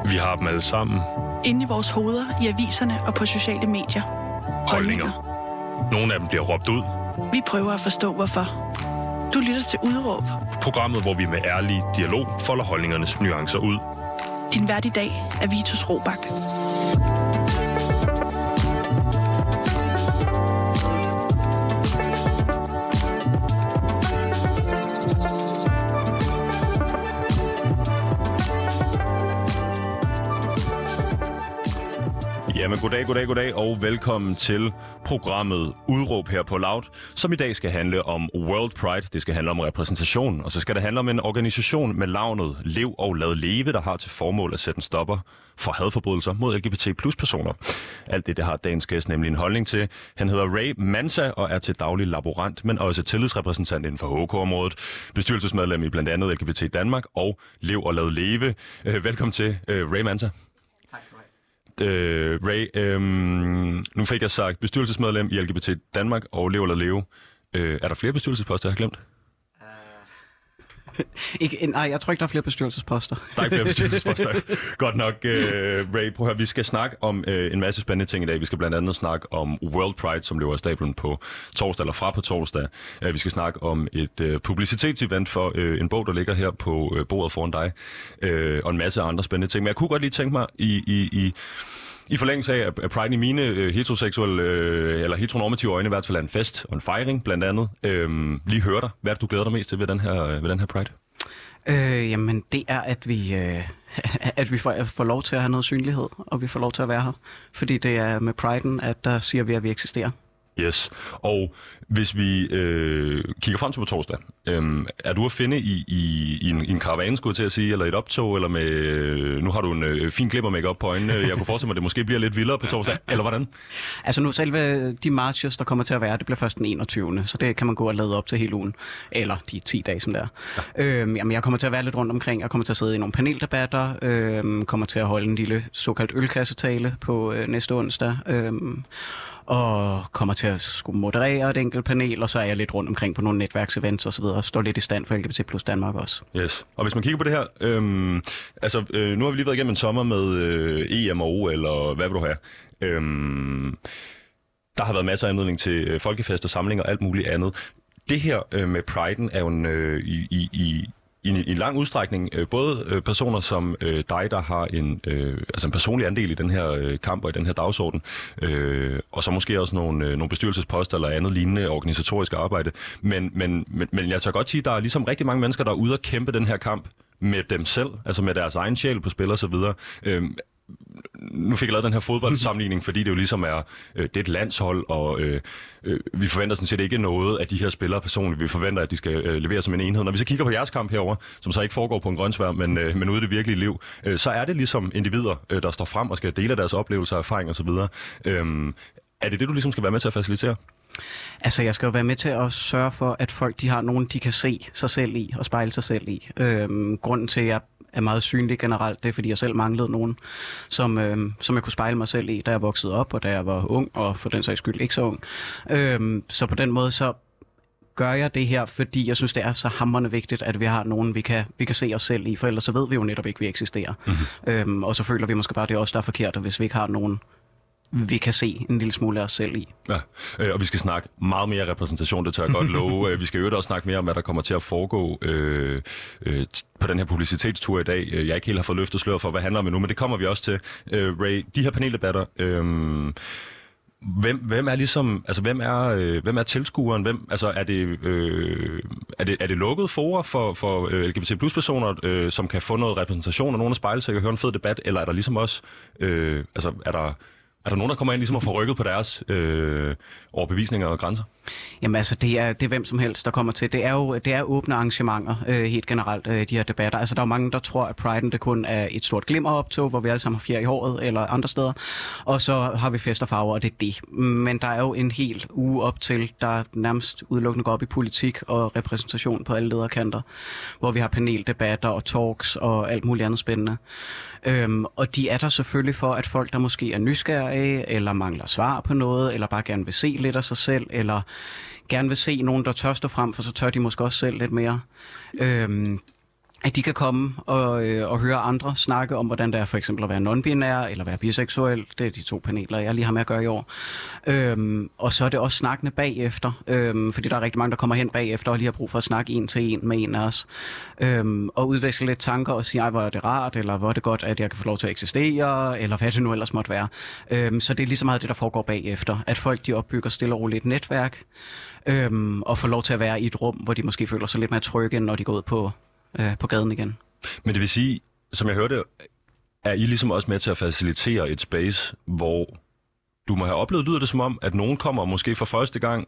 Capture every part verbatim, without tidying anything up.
Vi har dem alle sammen. Inde i vores hoveder, i aviserne og på sociale medier. Holdninger. Nogle af dem bliver råbt ud. Vi prøver at forstå, hvorfor. Du lytter til Udråb. Programmet, hvor vi med ærlig dialog folder holdningernes nuancer ud. Din vært i dag er Vitus Robak. Jamen, goddag, goddag, goddag, og velkommen til programmet Udråb her på Loud, som i dag skal handle om World Pride. Det skal handle om repræsentation, og så skal det handle om en organisation med navnet Lev og Lad Leve, der har til formål at sætte en stopper for hadforbrydelser mod L G B T plus personer. Alt det, det har dagens gæst nemlig en holdning til. Han hedder Ray Mansa og er til daglig laborant, men også tillidsrepræsentant inden for H K-området, bestyrelsesmedlem i blandt andet L G B T Danmark og Lev og Lad Leve. Velkommen til, Ray Mansa. Uh, Ray, um, nu fik jeg sagt bestyrelsesmedlem i L G B T Danmark og Lev eller Leve. Uh, er der flere bestyrelsesposter, jeg har glemt? Uh, ikke, nej, jeg tror ikke, der er flere bestyrelsesposter. Der er ikke flere bestyrelsesposter. Godt nok, uh, Ray. Prøv at høre, vi skal snakke om uh, en masse spændende ting i dag. Vi skal blandt andet snakke om World Pride, som løber af stablen på torsdag, eller fra på torsdag. Uh, vi skal snakke om et uh, publicitetsevent for uh, en bog, der ligger her på uh, bordet foran dig, uh, og en masse andre spændende ting. Men jeg kunne godt lige tænke mig i... i, i I forlængelse af, at Pride i mine øh, heteroseksuelle, øh, eller heteronormative øjne i hvert fald er en fest og en fejring, blandt andet. Øhm, lige høre dig. Hvad er det, du glæder dig mest til ved den her, ved den her Pride? Øh, jamen, det er, at vi, øh, at vi får, får lov til at have noget synlighed, og vi får lov til at være her. Fordi det er med Pride'en, at der siger vi, at vi eksisterer. Yes. Og hvis vi øh, kigger frem til på torsdag, øh, er du at finde i, i, i, en, i en karavane, skulle jeg til at sige, eller et optog, eller med, øh, nu har du en øh, fin glipper make-up på øjnene. Jeg kunne forestille mig, at det måske bliver lidt vildere på torsdag, eller hvordan? Altså nu selve de marches, der kommer til at være, det bliver først den enogtyvende Så det kan man gå og lade op til hele ugen, eller de ti dage, som det er. Ja. Øh, jamen, jeg kommer til at være lidt rundt omkring, jeg kommer til at sidde i nogle paneldebatter, øh, kommer til at holde en lille såkaldt ølkassetale på øh, næste onsdag, øh, og kommer til at skulle moderere et enkelt panel, og så er jeg lidt rundt omkring på nogle netværksevents og så videre, og står lidt i stand for L G B T plus Danmark også. Yes. Og hvis man kigger på det her, øhm, altså øh, nu har vi lige været igennem en sommer med øh, E M og O, eller hvad vil du have? Øhm, der har været masser af anledning til øh, folkefester, samlinger og alt muligt andet. Det her øh, med Pride'en er jo en, øh, i, i, i I en, i en lang udstrækning øh, både øh, personer som øh, dig, der har en, øh, altså en personlig andel i den her øh, kamp og i den her dagsorden, øh, og så måske også nogle, øh, nogle bestyrelsesposter eller andet lignende organisatorisk arbejde. Men, men, men, men jeg tør godt sige, at der er ligesom rigtig mange mennesker, der er ude at kæmpe den her kamp med dem selv, altså med deres egen sjæl på spil og så videre. Øh, Nu fik jeg lavet den her fodboldsammenligning, fordi det jo ligesom er, øh, det er et landshold, og øh, øh, vi forventer sådan set ikke noget af de her spillere personligt. Vi forventer, at de skal øh, levere som en enhed. Når vi så kigger på jeres kamp herover, som så ikke foregår på en grønsvær, men, øh, men ude i det virkelige liv, øh, så er det ligesom individer, øh, der står frem og skal dele deres oplevelser, erfaringer osv. Øh, er det det, du ligesom skal være med til at facilitere? Altså, jeg skal jo være med til at sørge for, at folk de har nogen, de kan se sig selv i og spejle sig selv i. Øhm, grunden til, at jeg er meget synlig generelt, det er, fordi jeg selv manglede nogen, som, øhm, som jeg kunne spejle mig selv i, da jeg voksede op, og da jeg var ung, og for den sags skyld ikke så ung. Øhm, så på den måde, så gør jeg det her, fordi jeg synes, det er så hamrende vigtigt, at vi har nogen, vi kan, vi kan se os selv i, for ellers så ved vi jo netop ikke, at vi eksisterer. Mm-hmm. Øhm, og så føler vi måske bare, at det er os, der er forkert, hvis vi ikke har nogen, vi kan se en lille smule af os selv i. Ja, øh, og vi skal snakke meget mere repræsentation, det tør jeg godt love. Vi skal jo også snakke mere om, hvad der kommer til at foregå øh, øh, på den her publicitetstur i dag. Jeg ikke helt har fået løftet slør for, hvad handler om nu, men det kommer vi også til. Øh, Ray, de her paneldebatter, øh, hvem, hvem er ligesom, altså hvem er, øh, hvem er tilskueren? Hvem, altså er det, øh, er det, er det lukket fora for, for øh, L G B T plus personer, øh, som kan få noget repræsentation og nogen at spejle sig og høre en fed debat, eller er der ligesom også, øh, altså er der Er der nogen, der kommer ind ligesom og får rykket på deres øh, overbevisninger og grænser? Jamen altså, det er, det er hvem som helst, der kommer til. Det er jo det er åbne arrangementer, øh, helt generelt, øh, de her debatter. Altså, der er jo mange, der tror, at Pride'en det kun er et stort glimmeroptog, hvor vi alle sammen har fjer i håret eller andre steder. Og så har vi fest og farver, og det er det. Men der er jo en hel uge op til, der nærmest udelukkende går op i politik og repræsentation på alle lederkanter, hvor vi har paneldebatter og talks og alt muligt andet spændende. Øhm, og de er der selvfølgelig for, at folk, der måske er nysgerrige, eller mangler svar på noget, eller bare gerne vil se lidt af sig selv, eller gerne vil se nogen, der tør stå frem, for så tør de måske også selv lidt mere. Øhm, at de kan komme og, øh, og høre andre snakke om, hvordan det er for eksempel at være non-binær eller være biseksuel. Det er de to paneler, jeg lige har med at gøre i år. Øhm, og så er det også snakkende bagefter, øhm, fordi der er rigtig mange, der kommer hen bagefter og lige har brug for at snakke en til en med en af os. Øhm, og udveksle lidt tanker og sige, ej, hvor er det rart, eller hvor er det godt, at jeg kan få lov til at eksistere, eller hvad det nu ellers måtte være. Øhm, så det er lige så meget det, der foregår bagefter. At folk, de opbygger stille og roligt et netværk, øhm, og får lov til at være i et rum, hvor de måske føler sig lidt mere trygge, når de går ud på på gaden igen. Men det vil sige, som jeg hørte, er I ligesom også med til at facilitere et space, hvor du må have oplevet, lyder det som om, at nogen kommer og måske for første gang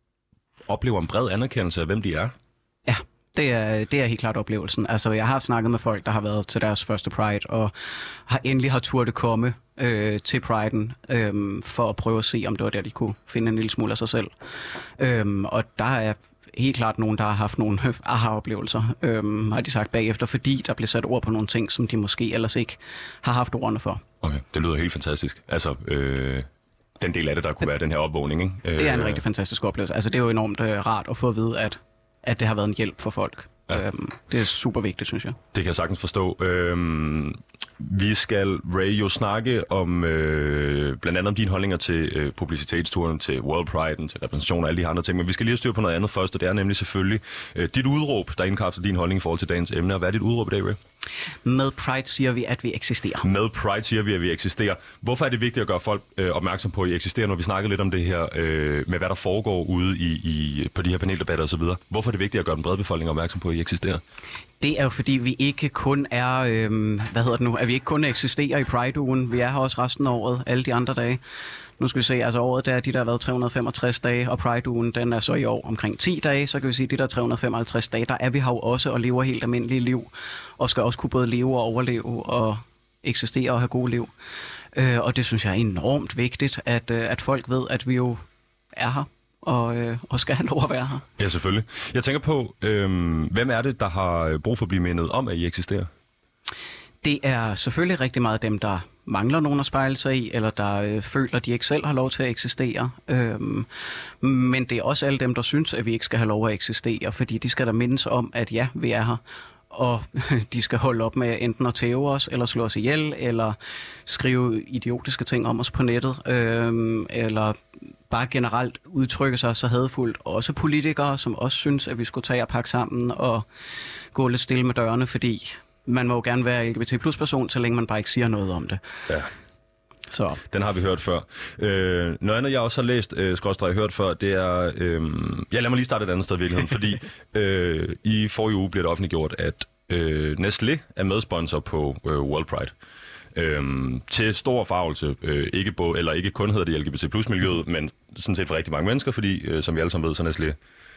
oplever en bred anerkendelse af, hvem de er? Ja, det er, det er helt klart oplevelsen. Altså, jeg har snakket med folk, der har været til deres første Pride, og har endelig har turde komme øh, til Pride'en, øh, for at prøve at se, om det var der, de kunne finde en lille smule af sig selv. Øh, og der er helt klart nogen, der har haft nogle aha-oplevelser, øhm, har de sagt bagefter, fordi der blev sat ord på nogle ting, som de måske ellers ikke har haft ordene for. Okay, det lyder helt fantastisk. Altså, øh, den del af det, der kunne være den her opvågning, ikke? Det er en rigtig fantastisk oplevelse. Altså, det er jo enormt øh, rart at få at vide, at, at det har været en hjælp for folk. Ja. Øhm, det er super vigtigt, synes jeg. Det kan jeg sagtens forstå. Øhm, vi skal, Ray, jo snakke om øh, blandt andet om dine holdninger til øh, publicitetsturen, til World Pride'en, til repræsentation og alle de andre ting. Men vi skal lige have styr på noget andet først, og det er nemlig selvfølgelig øh, dit udråb, der indkapsler din holdning i forhold til dagens emne. Og hvad er dit udråb i dag, Ray? Med Pride siger vi, at vi eksisterer. Med Pride siger vi, at vi eksisterer. Hvorfor er det vigtigt at gøre folk øh, opmærksom på, at I eksisterer, når vi snakker lidt om det her øh, med, hvad der foregår ude i, i, på de her paneldebatter osv.? Hvorfor er det vigtigt at gøre den brede befolkning opmærksom på, at I eksisterer? Det er jo, fordi vi ikke kun er, øh, hvad hedder det nu, at vi ikke kun eksisterer i Pride-ugen. Vi er her også resten af året, alle de andre dage. Nu skal vi se, altså året der er de der har været tre hundrede og femogtres dage, og Pride-ugen den er så i år omkring ti dage, så kan vi sige, de der tre hundrede og femoghalvtreds dage, der er vi her jo også og lever helt almindelige liv, og skal også kunne både leve og overleve og eksistere og have gode liv. Øh, og det synes jeg er enormt vigtigt, at, at folk ved, at vi jo er her. Og, øh, og skal have lov at være her. Ja, selvfølgelig. Jeg tænker på, øh, hvem er det, der har brug for at blive mindet om, at I eksisterer? Det er selvfølgelig rigtig meget dem, der mangler nogen at spejle sig i, eller der øh, føler, at de ikke selv har lov til at eksistere. Øhm, men det er også alle dem, der synes, at vi ikke skal have lov at eksistere, fordi de skal da mindes om, at ja, vi er her. Og de skal holde op med enten at tæve os, eller slå os ihjel, eller skrive idiotiske ting om os på nettet, øhm, eller bare generelt udtrykke sig så hadfuldt. Også politikere, som også synes, at vi skulle tage og pakke sammen og gå lidt stille med dørene, fordi man må jo gerne være L G B T plus person, så længe man bare ikke siger noget om det. Ja. Så. Den har vi hørt før. Øh, noget andet, jeg også har læst, øh, skråstreg hørt før, det er... Øh, ja, lad mig lige starte et andet sted i virkeligheden, fordi øh, i forrige uge blev det offentliggjort, at øh, Nestlé er medsponsor på øh, World Pride. Øhm, til stor forargelse, øh, ikke, bo, eller ikke kun hedder det L G B T plus miljøet, men sådan set for rigtig mange mennesker, fordi, øh, som vi alle sammen ved, så Nestlé,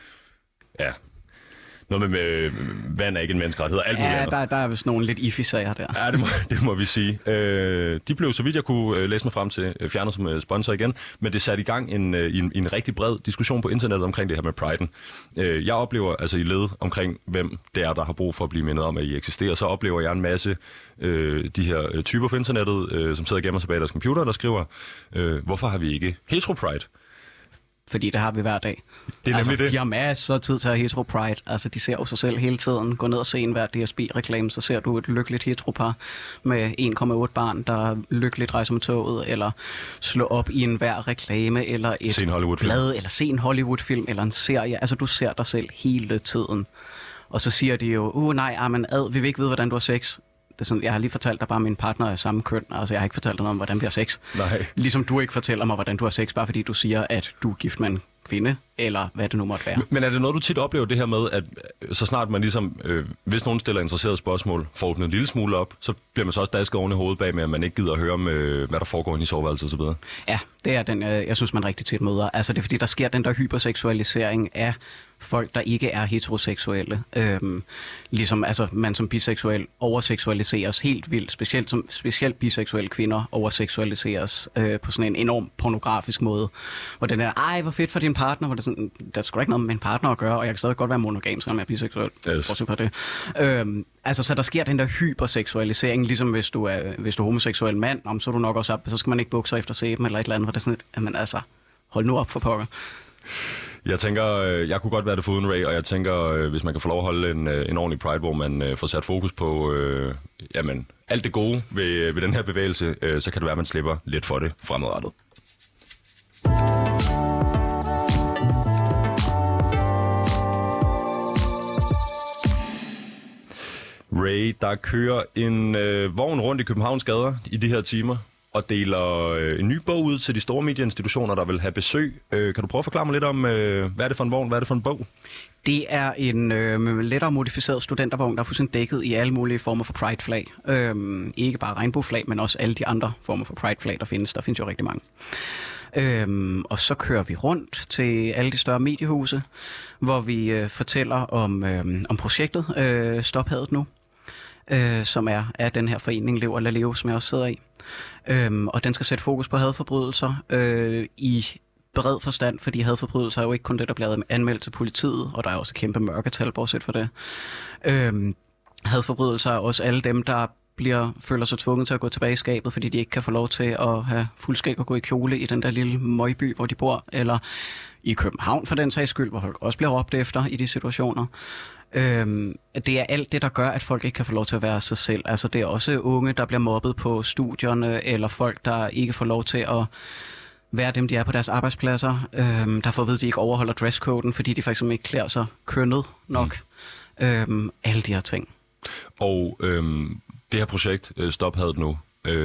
ja, noget med, med vand er ikke en menneskerettighed, alt muligt andet. Ja, der, der er vist nogle lidt iffy-sager der. Ja, det må, det må vi sige. Øh, de blev, så vidt jeg kunne øh, læse mig frem til, øh, fjernet som øh, sponsor igen, men det satte i gang en, øh, en, en rigtig bred diskussion på internettet omkring det her med Pride'en. Øh, jeg oplever, altså i led omkring, hvem det er, der har brug for at blive mindet om, at I eksisterer, så oplever jeg en masse øh, de her øh, typer på internettet, øh, som sidder og gemmer sig bag deres computer, der skriver, øh, hvorfor har vi ikke hetero-pride? Fordi det har vi hver dag. Det er altså, nemlig det. De har masser af tid til at hetero pride. Altså, de ser jo sig selv hele tiden. Gå ned og se en hver D S B-reklame, så ser du et lykkeligt heteropar med en komma otte barn, der lykkeligt rejser med toget, eller slå op i en hver reklame, eller et blad, eller se en Hollywood-film, eller en serie. Altså, du ser dig selv hele tiden. Og så siger de jo, uh nej, ah, men ad, vi vil ikke vide, hvordan du har sex. Det er sådan, jeg har lige fortalt dig bare, at min partner er samme køn. Altså, jeg har ikke fortalt dig noget om, hvordan vi har sex. Nej. Ligesom du ikke fortæller mig, hvordan du har sex, bare fordi du siger, at du er gift med en kvinde, eller hvad det nu måtte være. Men er det noget, du tit oplever det her med, at så snart man ligesom, øh, hvis nogen stiller interesserede spørgsmål, får åbnet en lille smule op, så bliver man så også dasket oven i hovedet bag med, at man ikke gider at høre om, øh, hvad der foregår inde i soveværelset osv.? Ja, det er den, øh, jeg synes, man rigtig tit møder. Altså, det er fordi, der sker den der hyperseksualisering af folk, der ikke er heteroseksuelle. Øhm, ligesom altså, man som biseksuel overseksualiseres helt vildt. Specielt, som, specielt biseksuelle kvinder overseksualiseres øh, på sådan en enorm pornografisk måde. Hvor den er, ej, hvor fedt for din partner. Hvor det sådan, der er sgu da ikke noget med en partner at gøre, og jeg kan stadig godt være monogam, selvom jeg er biseksuel. Yes. For det. Øhm, altså, så der sker den der hyperseksualisering, ligesom hvis du er, hvis du er homoseksuel mand, om, så er du nok også op, så skal man ikke bukse efter sæben eller et eller andet, hvor det er sådan et, men altså, hold nu op for pokker. Jeg tænker, øh, jeg kunne godt være det foruden Ray, og jeg tænker, øh, hvis man kan få lov at holde en, øh, en ordentlig Pride, hvor man øh, får sat fokus på øh, jamen, alt det gode ved, ved den her bevægelse, øh, så kan det være, at man slipper lidt for det fremadrettet. Ray, der kører en øh, vogn rundt i Københavns gader i de her timer og deler øh, en ny bog ud til de store medieinstitutioner, der vil have besøg. Øh, kan du prøve at forklare mig lidt om, øh, hvad er det for en vogn, hvad er det for en bog? Det er en øh, lettere modificeret studentervogn, der er fuldstændig dækket i alle mulige former for Pride-flag. Øhm, ikke bare regnbueflag, men også alle de andre former for Pride-flag, der findes. Der findes jo rigtig mange. Øhm, og så kører vi rundt til alle de større mediehuse, hvor vi øh, fortæller om, øh, om projektet øh, Stop Hadet Nu, øh, som er af den her forening Lev og Lad Leve, som jeg også sidder i. Øhm, og den skal sætte fokus på hadforbrydelser øh, i bred forstand, fordi hadforbrydelser er jo ikke kun det, der bliver anmeldt til politiet, og der er også et kæmpe mørketal, bortset for det. Øhm, hadforbrydelser er også alle dem, der bliver, føler sig tvunget til at gå tilbage i skabet, fordi de ikke kan få lov til at have fuldskæg og gå i kjole i den der lille møgby, hvor de bor, eller i København for den sags skyld, hvor folk også bliver råbt efter i de situationer. Øhm, det er alt det, der gør, at folk ikke kan få lov til at være sig selv. Altså det er også unge, der bliver mobbet på studierne, eller folk, der ikke får lov til at være dem, de er på deres arbejdspladser, øhm, der får at vide, at de ikke overholder dresscoden, fordi de faktisk ikke klæder sig kønnet nok. Mm. Øhm, alle de her ting. Og øhm, det her projekt, Stop Hadet Nu,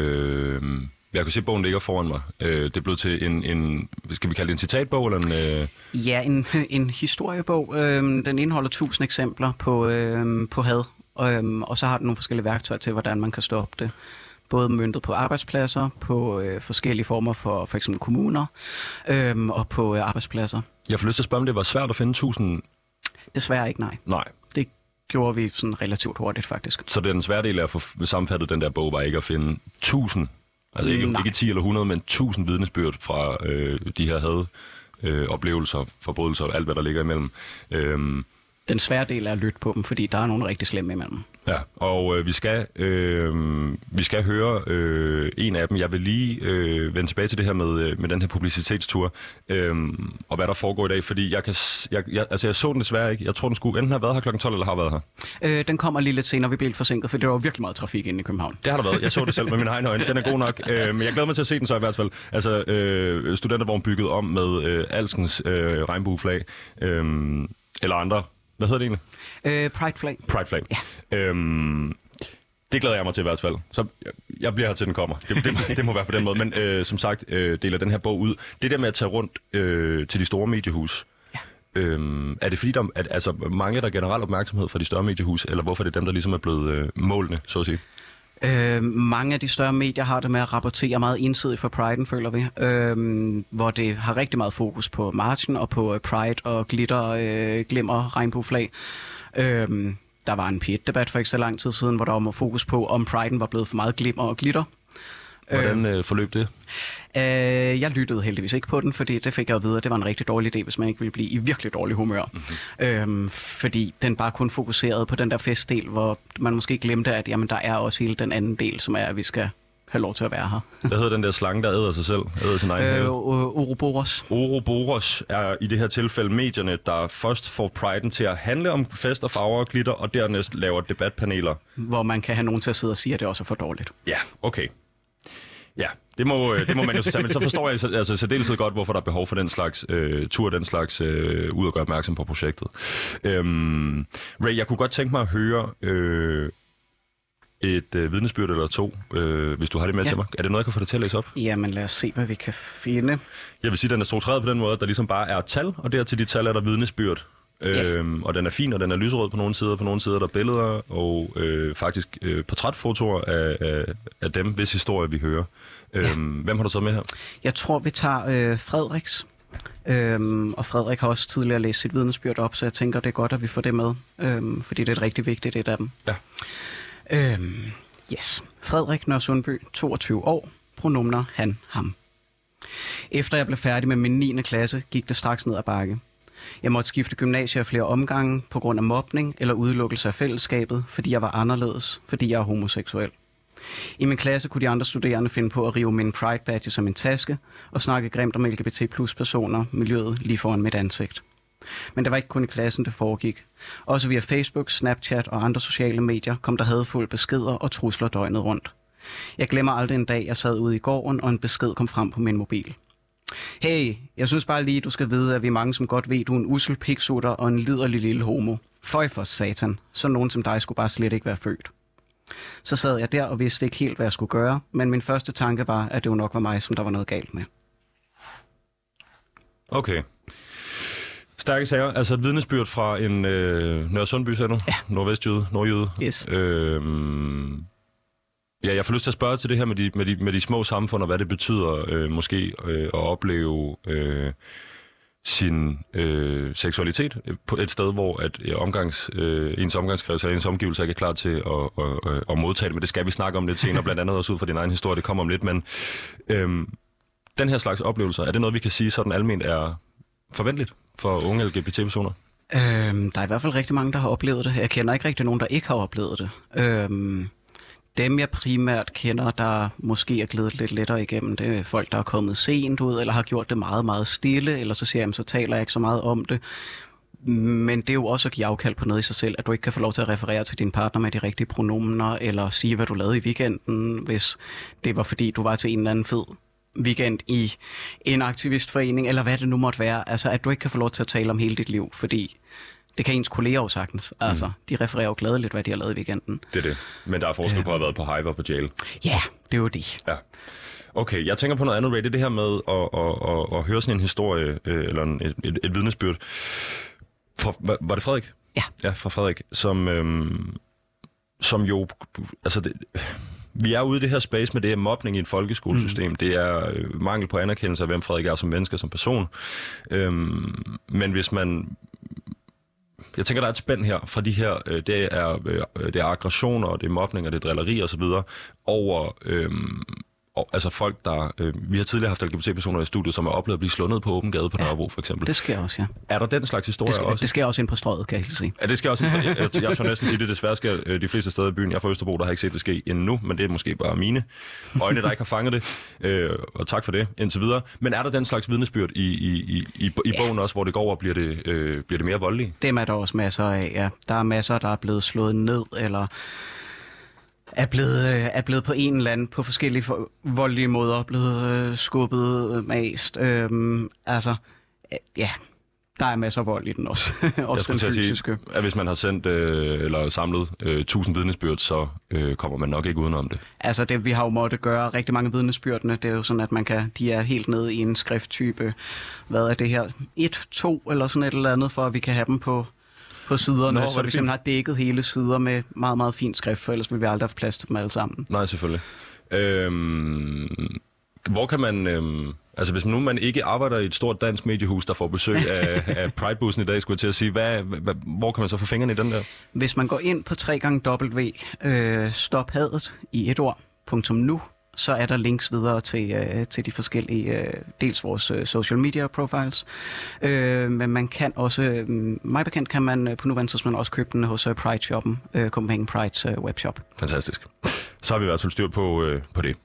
øhm, jeg kan se, at bogen ligger foran mig. Øh, det er blevet til en, en, skal vi kalde det en citatbog? Eller en, øh... Ja, en, en historiebog. Øhm, den indeholder tusind eksempler på, øhm, på had, øhm, og så har den nogle forskellige værktøjer til, hvordan man kan stoppe det. Både møntet på arbejdspladser, på øh, forskellige former for for eksempel kommuner, øhm, og på øh, arbejdspladser. Jeg får lyst til at spørge, om det var svært at finde tusind... Desværre ikke, nej. Nej. Det gjorde vi sådan relativt hurtigt, faktisk. Så det er den svære del af at få sammenfattet den der bog, var ikke at finde tusind, altså ikke, ikke ti eller hundrede, men tusind vidnesbyrd fra øh, de her had, øh, oplevelser, forbrydelser og alt, hvad der ligger imellem. Øhm, Den svære del er at lytte på dem, fordi der er nogle rigtig slemme imellem. Ja, og øh, vi skal øh, vi skal høre øh, en af dem. Jeg vil lige øh, vende tilbage til det her med øh, med den her publicitetstur øh, og hvad der foregår i dag, fordi jeg kan jeg, jeg altså jeg så den desværre ikke. Jeg tror den skulle enten have været her klokken tolv eller har været her. Øh, den kommer lige lidt senere, vi bliver lidt forsinket, for det var virkelig meget trafik inde i København. Det har der været. Jeg så det selv med mine egne øjne. Den er god nok, øh, men jeg glæder mig til at se den så i hvert fald. Altså øh, studentervogn bygget om med øh, alskens øh, regnbueflag øh, eller andre. Hvad hedder det egentlig? Øh, Pride Flag. Pride Flag. Ja. Øhm, det glæder jeg mig til i hvert fald. Så jeg, jeg bliver her til den kommer. Det, det, det må være på den måde. Men øh, som sagt, øh, deler den her bog ud. Det der med at tage rundt øh, til de store mediehus. Ja. Øhm, er det fordi, der er altså, mange der generelt opmærksomhed fra de større mediehus, eller hvorfor er det dem, der ligesom er blevet øh, målene, så at sige? Øh, mange af de større medier har det med at rapportere meget ensidigt for Pride'en, føler vi. Øh, hvor det har rigtig meget fokus på marchen og på Pride og glitter, øh, glimmer, regnbueflag. Øh, der var en P et-debat for ikke så lang tid siden, hvor der var fokus på, om Pride'en var blevet for meget glimmer og glitter. Hvordan øh, forløb det? Øh, jeg lyttede heldigvis ikke på den, fordi det fik jeg at vide, at det var en rigtig dårlig idé, hvis man ikke ville blive i virkelig dårlig humør. Mm-hmm. Øhm, fordi den bare kun fokuserede på den der festdel, hvor man måske glemte, at jamen, der er også hele den anden del, som er, at vi skal have lov til at være her. Hvad hedder den der slange, der æder sig selv? Æder sin egen øh, Ouroboros. Ouroboros er i det her tilfælde medierne, der først får Pride'en til at handle om fest og farver og glitter, og dernæst laver debatpaneler. Hvor man kan have nogen til at sidde og sige, at det også er for dårligt. Ja, okay. Ja, det må, det må man jo så tage, men så forstår jeg altså særdeles godt, hvorfor der er behov for den slags øh, tur, den slags øh, ud og gøre opmærksom på projektet. Øhm, Ray, jeg kunne godt tænke mig at høre øh, et øh, vidnesbyrd eller to, øh, hvis du har det med ja. til mig. Er det noget, jeg kan få dig til at læse op? Jamen lad os se, hvad vi kan finde. Jeg vil sige, at den er struktureret på den måde, at der ligesom bare er tal, og dertil de tal er der vidnesbyrd. Ja. Øhm, og den er fin, og den er lyserød på nogle sider, på nogle sider der er billeder, og øh, faktisk øh, portrætfotoer af, af, af dem, hvis historie vi hører. Øhm, ja. Hvem har du så med her? Jeg tror, vi tager øh, Frederiks. Øhm, og Frederik har også tidligere læst sit vidnesbyrd op, så jeg tænker, det er godt, at vi får det med, øhm, fordi det er et rigtig vigtigt et af dem. Ja. Øhm, yes. Frederik Nørresundby, toogtyve år, pronomner han, ham. Efter jeg blev færdig med min niende klasse, gik det straks ned ad bakke. Jeg måtte skifte gymnasier flere omgange på grund af mobning eller udelukkelse af fællesskabet, fordi jeg var anderledes, fordi jeg er homoseksuel. I min klasse kunne de andre studerende finde på at rive min pride badge som en taske og snakke grimt om L G B T plus personer, miljøet lige foran mit ansigt. Men det var ikke kun i klassen, det foregik. Også via Facebook, Snapchat og andre sociale medier kom der hadefulde beskeder og trusler døgnet rundt. Jeg glemmer aldrig en dag, jeg sad ude i gården, og en besked kom frem på min mobil. Hey, jeg synes bare lige, du skal vide, at vi er mange, som godt ved, du er en ussel piksutter og en liderlig lille homo. Føj for satan. Sådan nogen som dig skulle bare slet ikke være født. Så sad jeg der og vidste ikke helt, hvad jeg skulle gøre, men min første tanke var, at det jo nok var mig, som der var noget galt med. Okay. Stærke sager. Altså et vidnesbyrd fra en øh, Nørresundby, sagde du? Ja. Nordvestjyde, nordjyde. Yes. Øhm, ja, jeg får lyst til at spørge til det her med de, med de, med de små samfund, og hvad det betyder øh, måske øh, at opleve øh, sin øh, seksualitet på et sted, hvor at, ja, omgangs, øh, ens omgangskreds eller ens omgivelser ikke er klar til at, at, at, at modtage det. Men det skal vi snakke om lidt senere, blandt andet også ud fra din egen historie, det kommer om lidt. Men øh, den her slags oplevelser, er det noget, vi kan sige sådan alment er forventeligt for unge L G B T-personer? Øhm, der er i hvert fald rigtig mange, der har oplevet det. Jeg kender ikke rigtig nogen, der ikke har oplevet det. Øhm, dem, jeg primært kender, der måske er glædet lidt lettere igennem, det er folk, der er kommet sent ud, eller har gjort det meget, meget stille, eller så siger jeg, så taler jeg ikke så meget om det. Men det er jo også at give afkald på noget i sig selv, at du ikke kan få lov til at referere til din partner med de rigtige pronomener, eller sige, hvad du lavede i weekenden, hvis det var fordi, du var til en eller anden fed weekend i en aktivistforening, eller hvad det nu måtte være. Altså, at du ikke kan få lov til at tale om hele dit liv, fordi det kan ens kolleger jo sagtens. Altså, mm. de refererer jo gladeligt, hvad de har lavet i weekenden. Det er det. Men der er forskel ja. på at have været på Hive og på jail. Ja, det er jo det. Ja. Okay, jeg tænker på noget andet, Ray. Det er det her med at, at, at, at høre sådan en historie, eller en, et, et, et vidnesbyrd. Fra, var det Frederik? Ja. Ja, fra Frederik, som, øhm, som jo... Altså, det, vi er ude i det her space med det her mobning i et folkeskolesystem. Mm. Det er øh, mangel på anerkendelse af, hvem Frederik er som menneske, som person. Øhm, men hvis man... Jeg tænker, der er et spænd her fra de her... Øh, det, er, øh, det er aggressioner, og det er mobning, og det er drilleri osv. over... Øh, og, altså folk, der... Øh, vi har tidligere haft L G B T-personer i studiet, som har oplevet at blive slået ned på åben gade på ja, Nørrebro, for eksempel. Det sker også, ja. Er der den slags historier det sker, også? Det sker også ind på Strøget, kan jeg helt sige. Ja, det sker også ind på... Jeg, jeg, jeg tør næsten sige, det desværre sker øh, de fleste steder i byen. Jeg er fra Østerbro, der har ikke set det ske endnu, men det er måske bare mine øjne, der ikke har fanget det. Øh, og tak for det, indtil videre. Men er der den slags vidnesbyrd i, i, i, i, i ja. bogen også, hvor det går over, bliver det, øh, bliver det mere voldeligt? Dem er der også masser af, ja. Der er masser, der er blevet slået ned, eller... er blevet, øh, er blevet på en eller anden, på forskellige for, voldelige måder, blevet øh, skubbet, øh, mast. Øh, altså, øh, ja, der er masser af vold i den også. også Jeg den fysiske. Sige, at hvis man har sendt øh, eller samlet øh, tusind vidnesbyrd, så øh, kommer man nok ikke udenom det. Altså, det, vi har jo måttet gøre rigtig mange vidnesbyrdene. Det er jo sådan, at man kan, de er helt nede i en skrifttype. Hvad er det her? Et, to eller sådan et eller andet, for at vi kan have dem på... på siderne, Nå, så vi simpelthen har dækket hele sider med meget, meget fint skrift, for ellers ville vi aldrig have plads til dem alle sammen. Nej, selvfølgelig. Øhm, hvor kan man... Øhm, altså, hvis nu man ikke arbejder i et stort dansk mediehus, der får besøg af, af Pride-bussen i dag, skulle jeg til at sige, hvad, hvad, hvor kan man så få fingrene i den der? Hvis man går ind på tre gange w øh, stop hadet i et ord, punktum nu, så er der links videre til, øh, til de forskellige, øh, dels vores øh, social media profiles, øh, men man kan også, øh, mig bekendt kan man øh, på nuværende tidspunkt også købe den hos øh, Pride-shoppen, øh, Copenhagen Prides øh, webshop. Fantastisk. Så har vi i hvert fald styr på, øh, på det.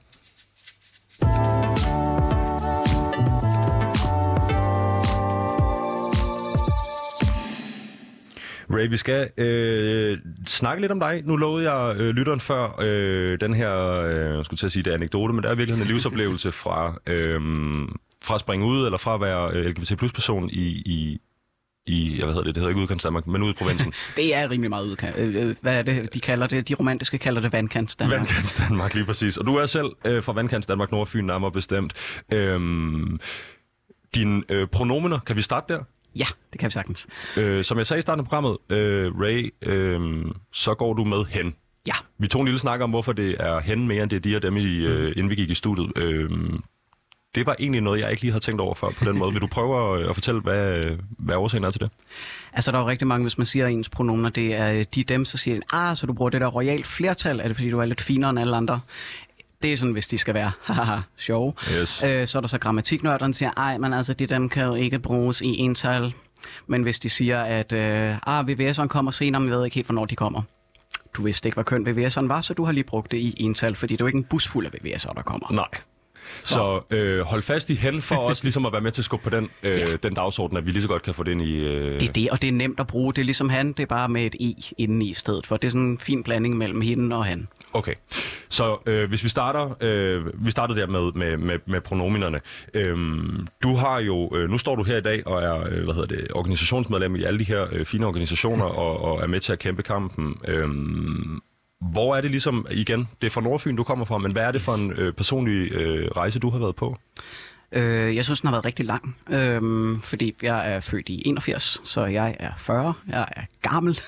Ray, vi skal øh, snakke lidt om dig. Nu lovede jeg øh, lytteren før øh, den her, øh, jeg skulle til at sige det er anekdote, men det er virkelig en livsoplevelse fra, øh, fra at springe ud, eller fra at være øh, L G B T plus person i, i, i, jeg ved det, det hedder ikke udkants Danmark, men ude i provinsen. Det er rimelig meget udkant. Øh, hvad er det, de kalder det? De romantiske kalder det vandkants Danmark. Vandkants Danmark, lige præcis. Og du er selv øh, fra vandkants Danmark, Nordfyn, nærmere bestemt. Øh, dine øh, pronomener, kan vi starte der? Ja, det kan vi sagtens. Øh, som jeg sagde i starten af programmet, øh, Ray, øh, så går du med hen. Ja. Vi tog en lille snak om, hvorfor det er hen mere end det er de og dem, i, øh, inden vi gik i studiet. Øh, det var egentlig noget, jeg ikke lige havde tænkt over før på den måde. Vil du prøve at, at fortælle, hvad, hvad årsagen er til det? Altså, der er jo rigtig mange, hvis man siger, at ens pronomener, det er de dem, så siger de, ah, så du bruger det der royalt flertal. Er det, fordi du er lidt finere end alle andre? Det er sådan, hvis de skal være haha sjove. Yes. Øh, så er der så grammatiknørderne, der siger, ej, men altså, de dem kan jo ikke bruges i ental. Men hvis de siger, at øh, ah, V V S'eren kommer senere, men vi ved ikke helt, hvornår de kommer. Du vidste ikke, hvad køn V V S'eren var, så du har lige brugt det i ental, fordi det er jo ikke en bus fuld af V V S'ere, der kommer. Nej. Så øh, hold fast i hen for os ligesom at være med til at skubbe på den, øh, Ja. den dagsorden, at vi lige så godt kan få det ind i... Øh... Det er det, og det er nemt at bruge. Det er ligesom han, det er bare med et i inden i stedet for. Det er sådan en fin blanding mellem hende og han. Okay, så øh, hvis vi starter, øh, vi starter der med, med, med, med pronominerne. Øhm, du har jo, øh, nu står du her i dag og er, øh, hvad hedder det, organisationsmedlem i alle de her øh, fine organisationer og, og er med til at kæmpe kampen. Øhm, hvor er det ligesom, igen, det er fra Nordfyn, du kommer fra, men hvad er det for en øh, personlig øh, rejse, du har været på? Øh, jeg synes, den har været rigtig lang, øh, fordi jeg er født i enogfirs, så jeg er fyrre, jeg er gammel,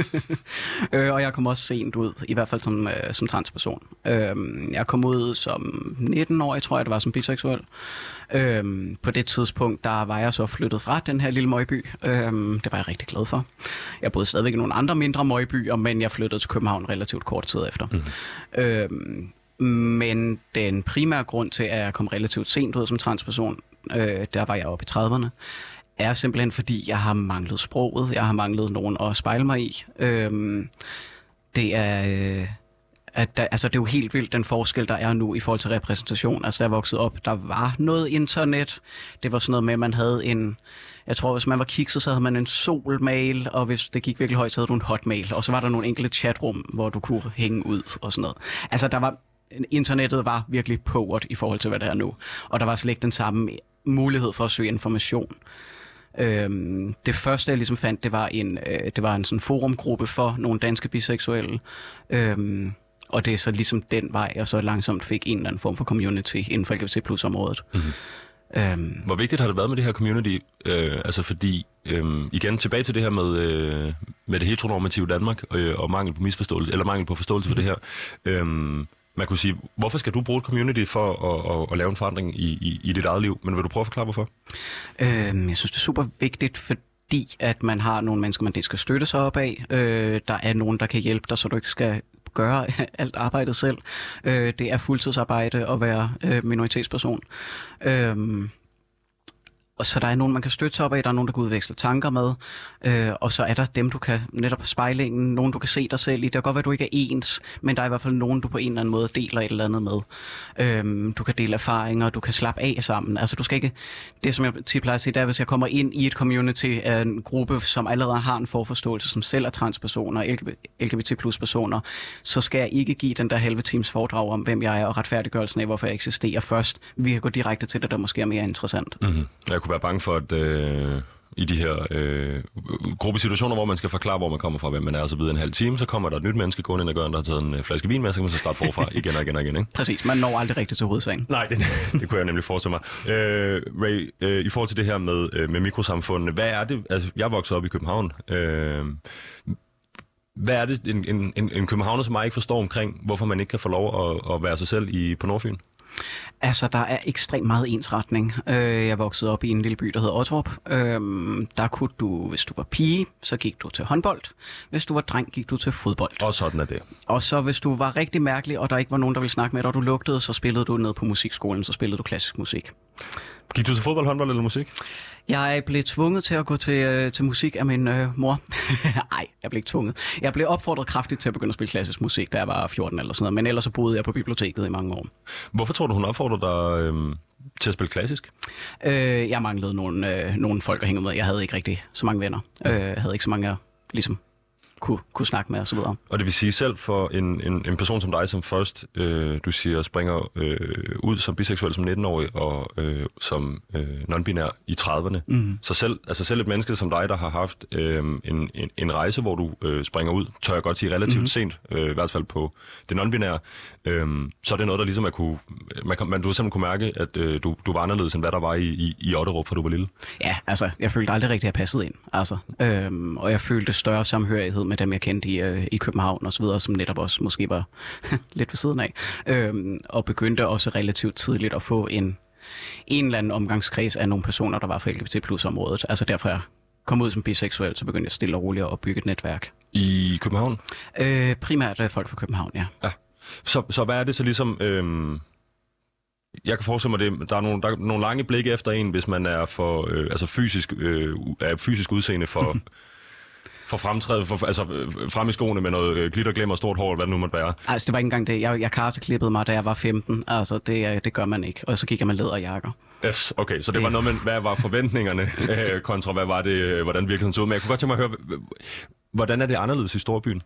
øh, og jeg kom også sent ud, i hvert fald som, øh, som transperson. Øh, jeg kom ud som nitten-årig, tror jeg, det var som biseksuel. Øh, på det tidspunkt, der var jeg så flyttet fra den her lille møgby. Øh, det var jeg rigtig glad for. Jeg boede stadigvæk i nogle andre mindre møgbyer, men jeg flyttede til København relativt kort tid efter. Mm-hmm. Øh, Men den primære grund til, at jeg kom relativt sent ud som transperson, øh, der var jeg oppe i trediverne, er simpelthen fordi, jeg har manglet sproget. Jeg har manglet nogen at spejle mig i. Øh, det er... Øh, at der, altså det er jo helt vildt den forskel, der er nu i forhold til repræsentation. Altså da jeg voksede op, der var noget internet. Det var sådan noget med, at man havde en... Jeg tror, hvis man var kikset, så havde man en solmail, og hvis det gik virkelig højt, så havde du en hotmail. Og så var der nogle enkelte chatrum, hvor du kunne hænge ud og sådan noget. Altså der var... Internettet var virkelig påret i forhold til, hvad det er nu. Og der var slet ikke den samme mulighed for at søge information. Øhm, det første, jeg ligesom fandt, det var en, øh, det var en sådan forumgruppe for nogle danske biseksuelle. Øhm, og det er så ligesom den vej, jeg så langsomt fik en eller anden form for community inden for L G B T plus området. Mm-hmm. Øhm, Hvor vigtigt har det været med det her community? Øh, altså fordi, øh, igen tilbage til det her med, øh, med det heteronormative Danmark øh, og mangel på misforståelse, eller mangel på forståelse mm-hmm. for det her. Øh, Man kunne sige, hvorfor skal du bruge et community for at, at, at lave en forandring i, i, i dit eget liv? Men vil du prøve at forklare, hvorfor? Øhm, jeg synes, det er super vigtigt, fordi at man har nogle mennesker, man det skal støtte sig op af. Øh, der er nogen, der kan hjælpe dig, så du ikke skal gøre alt arbejdet selv. Øh, det er fuldtidsarbejde at være øh, minoritetsperson. Øh, Og så der er nogen, man kan støtte sig op af, der er nogen, der kan udveksle tanker med, øh, og så er der dem, du kan netop spejlingen, nogen, du kan se dig selv i. Det kan godt være, du ikke er ens, men der er i hvert fald nogen, du på en eller anden måde deler et eller andet med. Øh, du kan dele erfaringer, du kan slappe af sammen. Altså du skal ikke, det som jeg tit plejer at sige, det er, hvis jeg kommer ind i et community af en gruppe, som allerede har en forforståelse, som selv er transpersoner, L G B T plus personer, så skal jeg ikke give den der halve times foredrag om, hvem jeg er, og retfærdiggørelsen af, hvorfor jeg eksisterer først. Vi kan gå direkte til det, der måske er mere interessant. Mm-hmm. Jeg kunne være bange for, at øh, i de her øh, gruppesituationer, hvor man skal forklare, hvor man kommer fra, hvem man er, og så videre en halv time, så kommer der et nyt menneske gående ind og gør, der har taget en flaske vin med, så kan man så starte forfra igen og igen og igen, ikke? Præcis, man når aldrig rigtigt til hovedsagen. Nej, det, det kunne jeg nemlig forestille mig. Øh, Ray, øh, i forhold til det her med, øh, med mikrosamfundene, hvad er det? Altså, jeg voksede op i København. Øh, hvad er det, en, en, en, en københavner, som jeg ikke forstår omkring, hvorfor man ikke kan få lov at, at være sig selv i, på Nordfyn? Altså, der er ekstremt meget ensretning. Jeg voksede op i en lille by, der hedder Otterup. Der kunne du, hvis du var pige, så gik du til håndbold. Hvis du var dreng, gik du til fodbold. Og sådan er det. Og så hvis du var rigtig mærkelig, og der ikke var nogen, der ville snakke med dig, og du lugtede, så spillede du ned på musikskolen, så spillede du klassisk musik. Gik du til fodbold, håndbold eller musik? Jeg blev tvunget til at gå til, øh, til musik af min øh, mor. Nej, jeg blev ikke tvunget. Jeg blev opfordret kraftigt til at begynde at spille klassisk musik, da jeg var fjorten eller sådan noget. Men ellers så boede jeg på biblioteket i mange år. Hvorfor tror du, hun opfordrede dig øh, til at spille klassisk? Øh, jeg manglede nogle, øh, nogle folk at hænge med. Jeg havde ikke rigtig så mange venner. Øh, jeg havde ikke så mange at ligesom kunne, kunne snakke med og så videre. Og det vil sige selv for en, en, en person som dig, som først, øh, du siger, springer øh, ud som biseksuel som nitten-årig og øh, som øh, non-binær i trediverne. Mm. Så selv, altså selv et menneske som dig, der har haft øh, en, en, en rejse, hvor du øh, springer ud, tør jeg godt sige relativt mm. sent, øh, i hvert fald på det non-binære, øh, så er det noget, der ligesom er kunne, man, man, du har simpelthen kunne mærke, at øh, du, du var anderledes, end hvad der var i, i, i Otterup, for du var lille. Ja, altså, jeg følte aldrig rigtigt, at jeg passede ind. Altså, øh, og jeg følte større samhørighed med dem, jeg kendte i, øh, i København og så videre, som netop også måske var lidt ved siden af. Øhm, og begyndte også relativt tidligt at få en, en eller anden omgangskreds af nogle personer, der var fra L G B T plus området. Altså derfor jeg kom ud som biseksuel, så begyndte jeg stille og roligt at opbygge et netværk. I København? Øh, primært folk fra København, ja. ja. Så, så hvad er det så ligesom... Øhm Jeg kan forestille mig det. Der er nogle, der er nogle lange blikke efter en, hvis man er for øh, altså fysisk, øh, er fysisk udseende for For fremtræde, for, altså frem i skoene med noget glitter, glimmer, stort hår, hvad det nu måtte være. Altså, det var ikke engang det. Jeg, jeg karseklippede mig, da jeg var femten. Altså, det, det gør man ikke. Og så gik jeg med læderjakker. Yes, okay. Så det, det var noget med, hvad var forventningerne øh, kontra, hvad var det, hvordan virkeligheden så ud. Men jeg kunne godt tænke mig at høre, hvordan er det anderledes i storbyen?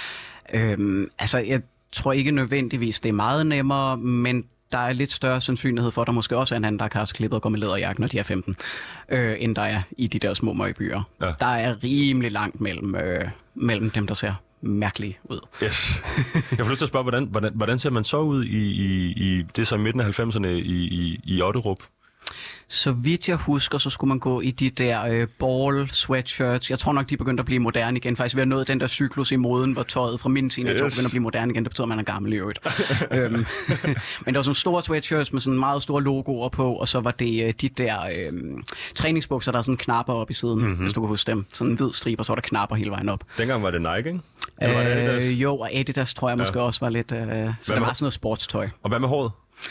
Øhm, altså, jeg tror ikke nødvendigvis, det er meget nemmere, men der er lidt større sandsynlighed for, at der måske også er en anden, der er karseklippet og går med læderjakke, når de er femten, øh, end der er i de der små møgbyer. Ja. Der er rimelig langt mellem, øh, mellem dem, der ser mærkelige ud. Yes. Jeg får lyst til at spørge, hvordan, hvordan, hvordan ser man så ud i, i, i det så i midten af halvfemserne i, i, i Otterup? Så vidt jeg husker, så skulle man gå i de der øh, ball sweatshirts. Jeg tror nok, de begyndte at blive moderne igen. Faktisk vi har nået den der cyklus i moden, hvor tøjet fra min teenage yes. begynder at blive moderne igen. Det betyder, at man er gammel i øvrigt. øhm, men der var sådan store sweatshirts med sådan meget store logoer på, og så var det øh, de der øh, træningsbukser, der er sådan knapper op i siden, mm-hmm. hvis du kan huske dem. Sådan en hvid stribe, og så var der knapper hele vejen op. Dengang var det Nike, ikke? Eller var det Adidas? Øh, jo, og Adidas tror jeg måske ja. også var lidt... Øh, så hvad der var sådan noget sportstøj. Og hvad med håret?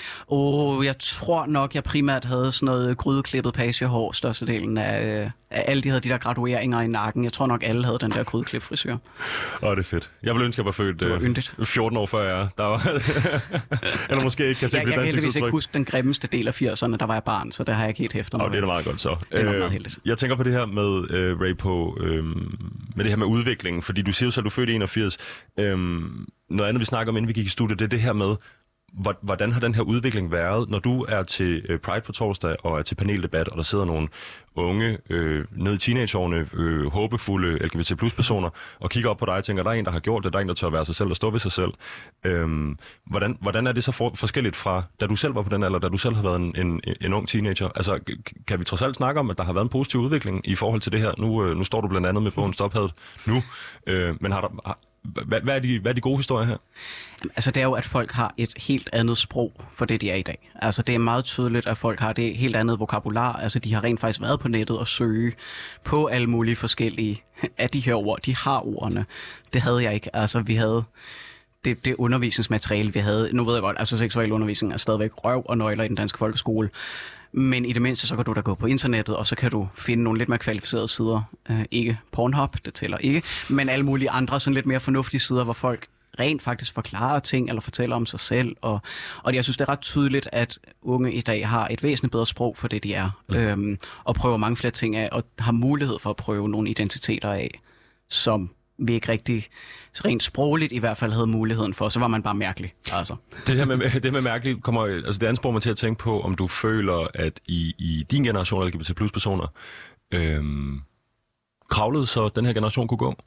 Oh, jeg tror nok, jeg primært havde sådan noget grydeklippet pagehår, størstedelen af, af alle de havde de der gradueringer i nakken. Jeg tror nok, alle havde den der grydeklippefrisyr. Åh, oh, det er fedt. Jeg ville ønske, jeg var født var fjorten år før jeg der var eller måske ikke kan se jeg, jeg kan heldigvis ikke huske den grimmeste del af firserne, der var jeg barn, så det har jeg ikke helt hæftet mig. Oh, det er da meget godt så. Det er nok meget heldigt. Jeg tænker på det her med, uh, Ray, på, uh, med det her med udviklingen, fordi du siger jo så, at du er født i enogfirs. Uh, noget andet, vi snakker om, inden vi gik i studiet, det er det her med, hvordan har den her udvikling været, når du er til Pride på torsdag og er til paneldebat, og der sidder nogle unge, øh, nede i teenageårene, øh, håbefulde L G B T plus personer, og kigger op på dig og tænker, der er en, der har gjort det, der er en, der tør være sig selv og stå ved sig selv. Øhm, hvordan, hvordan er det så for, forskelligt fra, da du selv var på den alder, da du selv har været en, en, en ung teenager? Altså, kan vi trods alt snakke om, at der har været en positiv udvikling i forhold til det her? Nu, øh, nu står du blandt andet med bogen Stop Hadet nu, øh, men har der... Har, Hvad, hvad, er de, hvad er de gode historier her? Altså det er jo, at folk har et helt andet sprog for det, de er i dag. Altså det er meget tydeligt, at folk har det helt andet vokabular. Altså de har rent faktisk været på nettet og søge på alle mulige forskellige af de her ord. De har ordene. Det havde jeg ikke. Altså vi havde det, det undervisningsmateriale, vi havde. Nu ved jeg godt, altså seksuel undervisning er stadigvæk røv og nøgler i den danske folkeskole. Men i det mindste, så kan du da gå på internettet, og så kan du finde nogle lidt mere kvalificerede sider. Uh, ikke Pornhub, det tæller ikke, men alle mulige andre sådan lidt mere fornuftige sider, hvor folk rent faktisk forklarer ting, eller fortæller om sig selv. Og, og jeg synes, det er ret tydeligt, at unge i dag har et væsentligt bedre sprog for det, de er. Mm. Øhm, og prøver mange flere ting af, og har mulighed for at prøve nogle identiteter af, som vi ikke rigtig, rent sprogligt i hvert fald, havde muligheden for. Så var man bare mærkelig. Altså. Det her med, det med mærkeligt kommer, altså det ansporer mig til at tænke på, om du føler, at i, i din generation af L G B T plus personer, øhm, kravlede så den her generation kunne gå?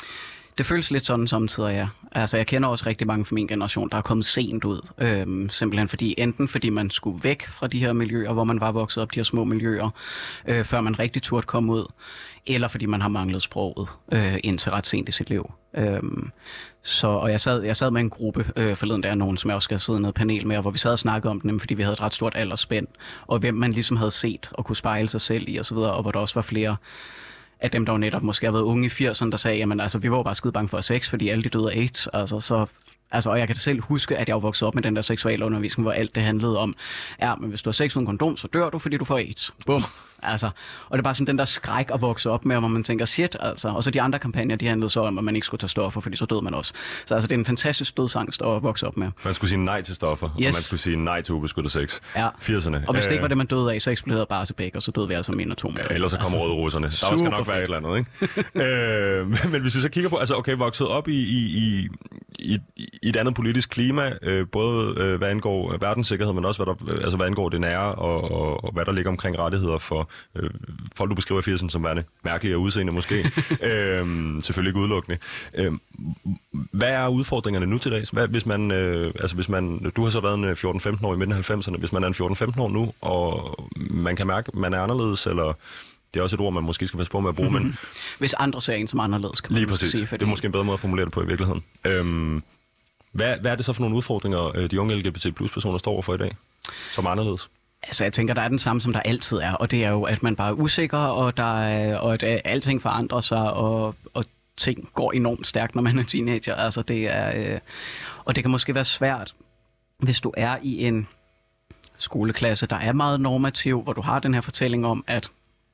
Det føles lidt sådan samtidig, ja. Altså, jeg kender også rigtig mange fra min generation, der er kommet sent ud. Øhm, simpelthen fordi, enten fordi man skulle væk fra de her miljøer, hvor man var vokset op, de her små miljøer, øh, før man rigtig turde komme ud, eller fordi man har manglet sproget øh, indtil ret sent i sit liv. Øhm, så, og jeg sad, jeg sad med en gruppe øh, forleden, der er nogen, som jeg også skal sidde ned i panel med, hvor vi sad og snakkede om dem, fordi vi havde et ret stort aldersspænd, og hvem man ligesom havde set og kunne spejle sig selv i osv., og hvor der også var flere af dem, der jo netop måske har været unge i firserne, der sagde, jamen altså, vi var jo bare skide bange for sex, fordi alle de døde af AIDS. Altså, så, altså, og jeg kan selv huske, at jeg var vokset op med den der seksualundervisning, hvor alt det handlede om, ja, men hvis du har sex uden kondom, så dør du, fordi du får AIDS. Bum. Altså, og det er bare sådan den der skræk at vokse op med, hvor man tænker, shit, altså. Og så de andre kampagner, de handlede så om, at man ikke skulle tage stoffer, fordi så døde man også. Så altså, det er en fantastisk dødsangst at vokse op med. Man skulle sige nej til stoffer, yes. Og man skulle sige nej til ubeskyttet sex. Ja. firserne. Og hvis det ikke var det, man døde af, så eksploderede bare tilbage, og så døde vi altså med en atom. Ja, ellers så kommer altså, røde-russerne. Der skal nok være et eller andet, ikke? øh, men hvis vi så kigger på, altså okay, vokset op i, i, i, i, i et andet politisk klima, øh, både øh, hvad angår verdenssikkerhed, men også hvad, der, altså, hvad angår det nære, og, og, og hvad der ligger omkring rettigheder for øh, folk, du beskriver i firserne som værende mærkelige og udseende måske. øhm, selvfølgelig ikke udelukkende. Øhm, hvad er udfordringerne nu til dags? Hvad, hvis man, øh, altså hvis man, du har så været en fjorten femten år i midten af halvfemserne. Hvis man er en fjorten femten år nu, og man kan mærke, at man er anderledes, eller det er også et ord, man måske skal passe på med at bruge, men... Hvis andre ser en som anderledes, kan man lige præcis. sige. Fordi... Det er måske en bedre måde at formulere det på i virkeligheden. Øhm, hvad, hvad er det så for nogle udfordringer, de unge L G B T plus personer står overfor i dag, som er anderledes? Altså, jeg tænker, der er den samme, som der altid er, og det er jo, at man bare er usikker, og, der er, og at alting forandrer sig, og, og ting går enormt stærkt, når man er teenager. Altså, det er, øh, og det kan måske være svært, hvis du er i en skoleklasse, der er meget normativ, hvor du har den her fortælling om, at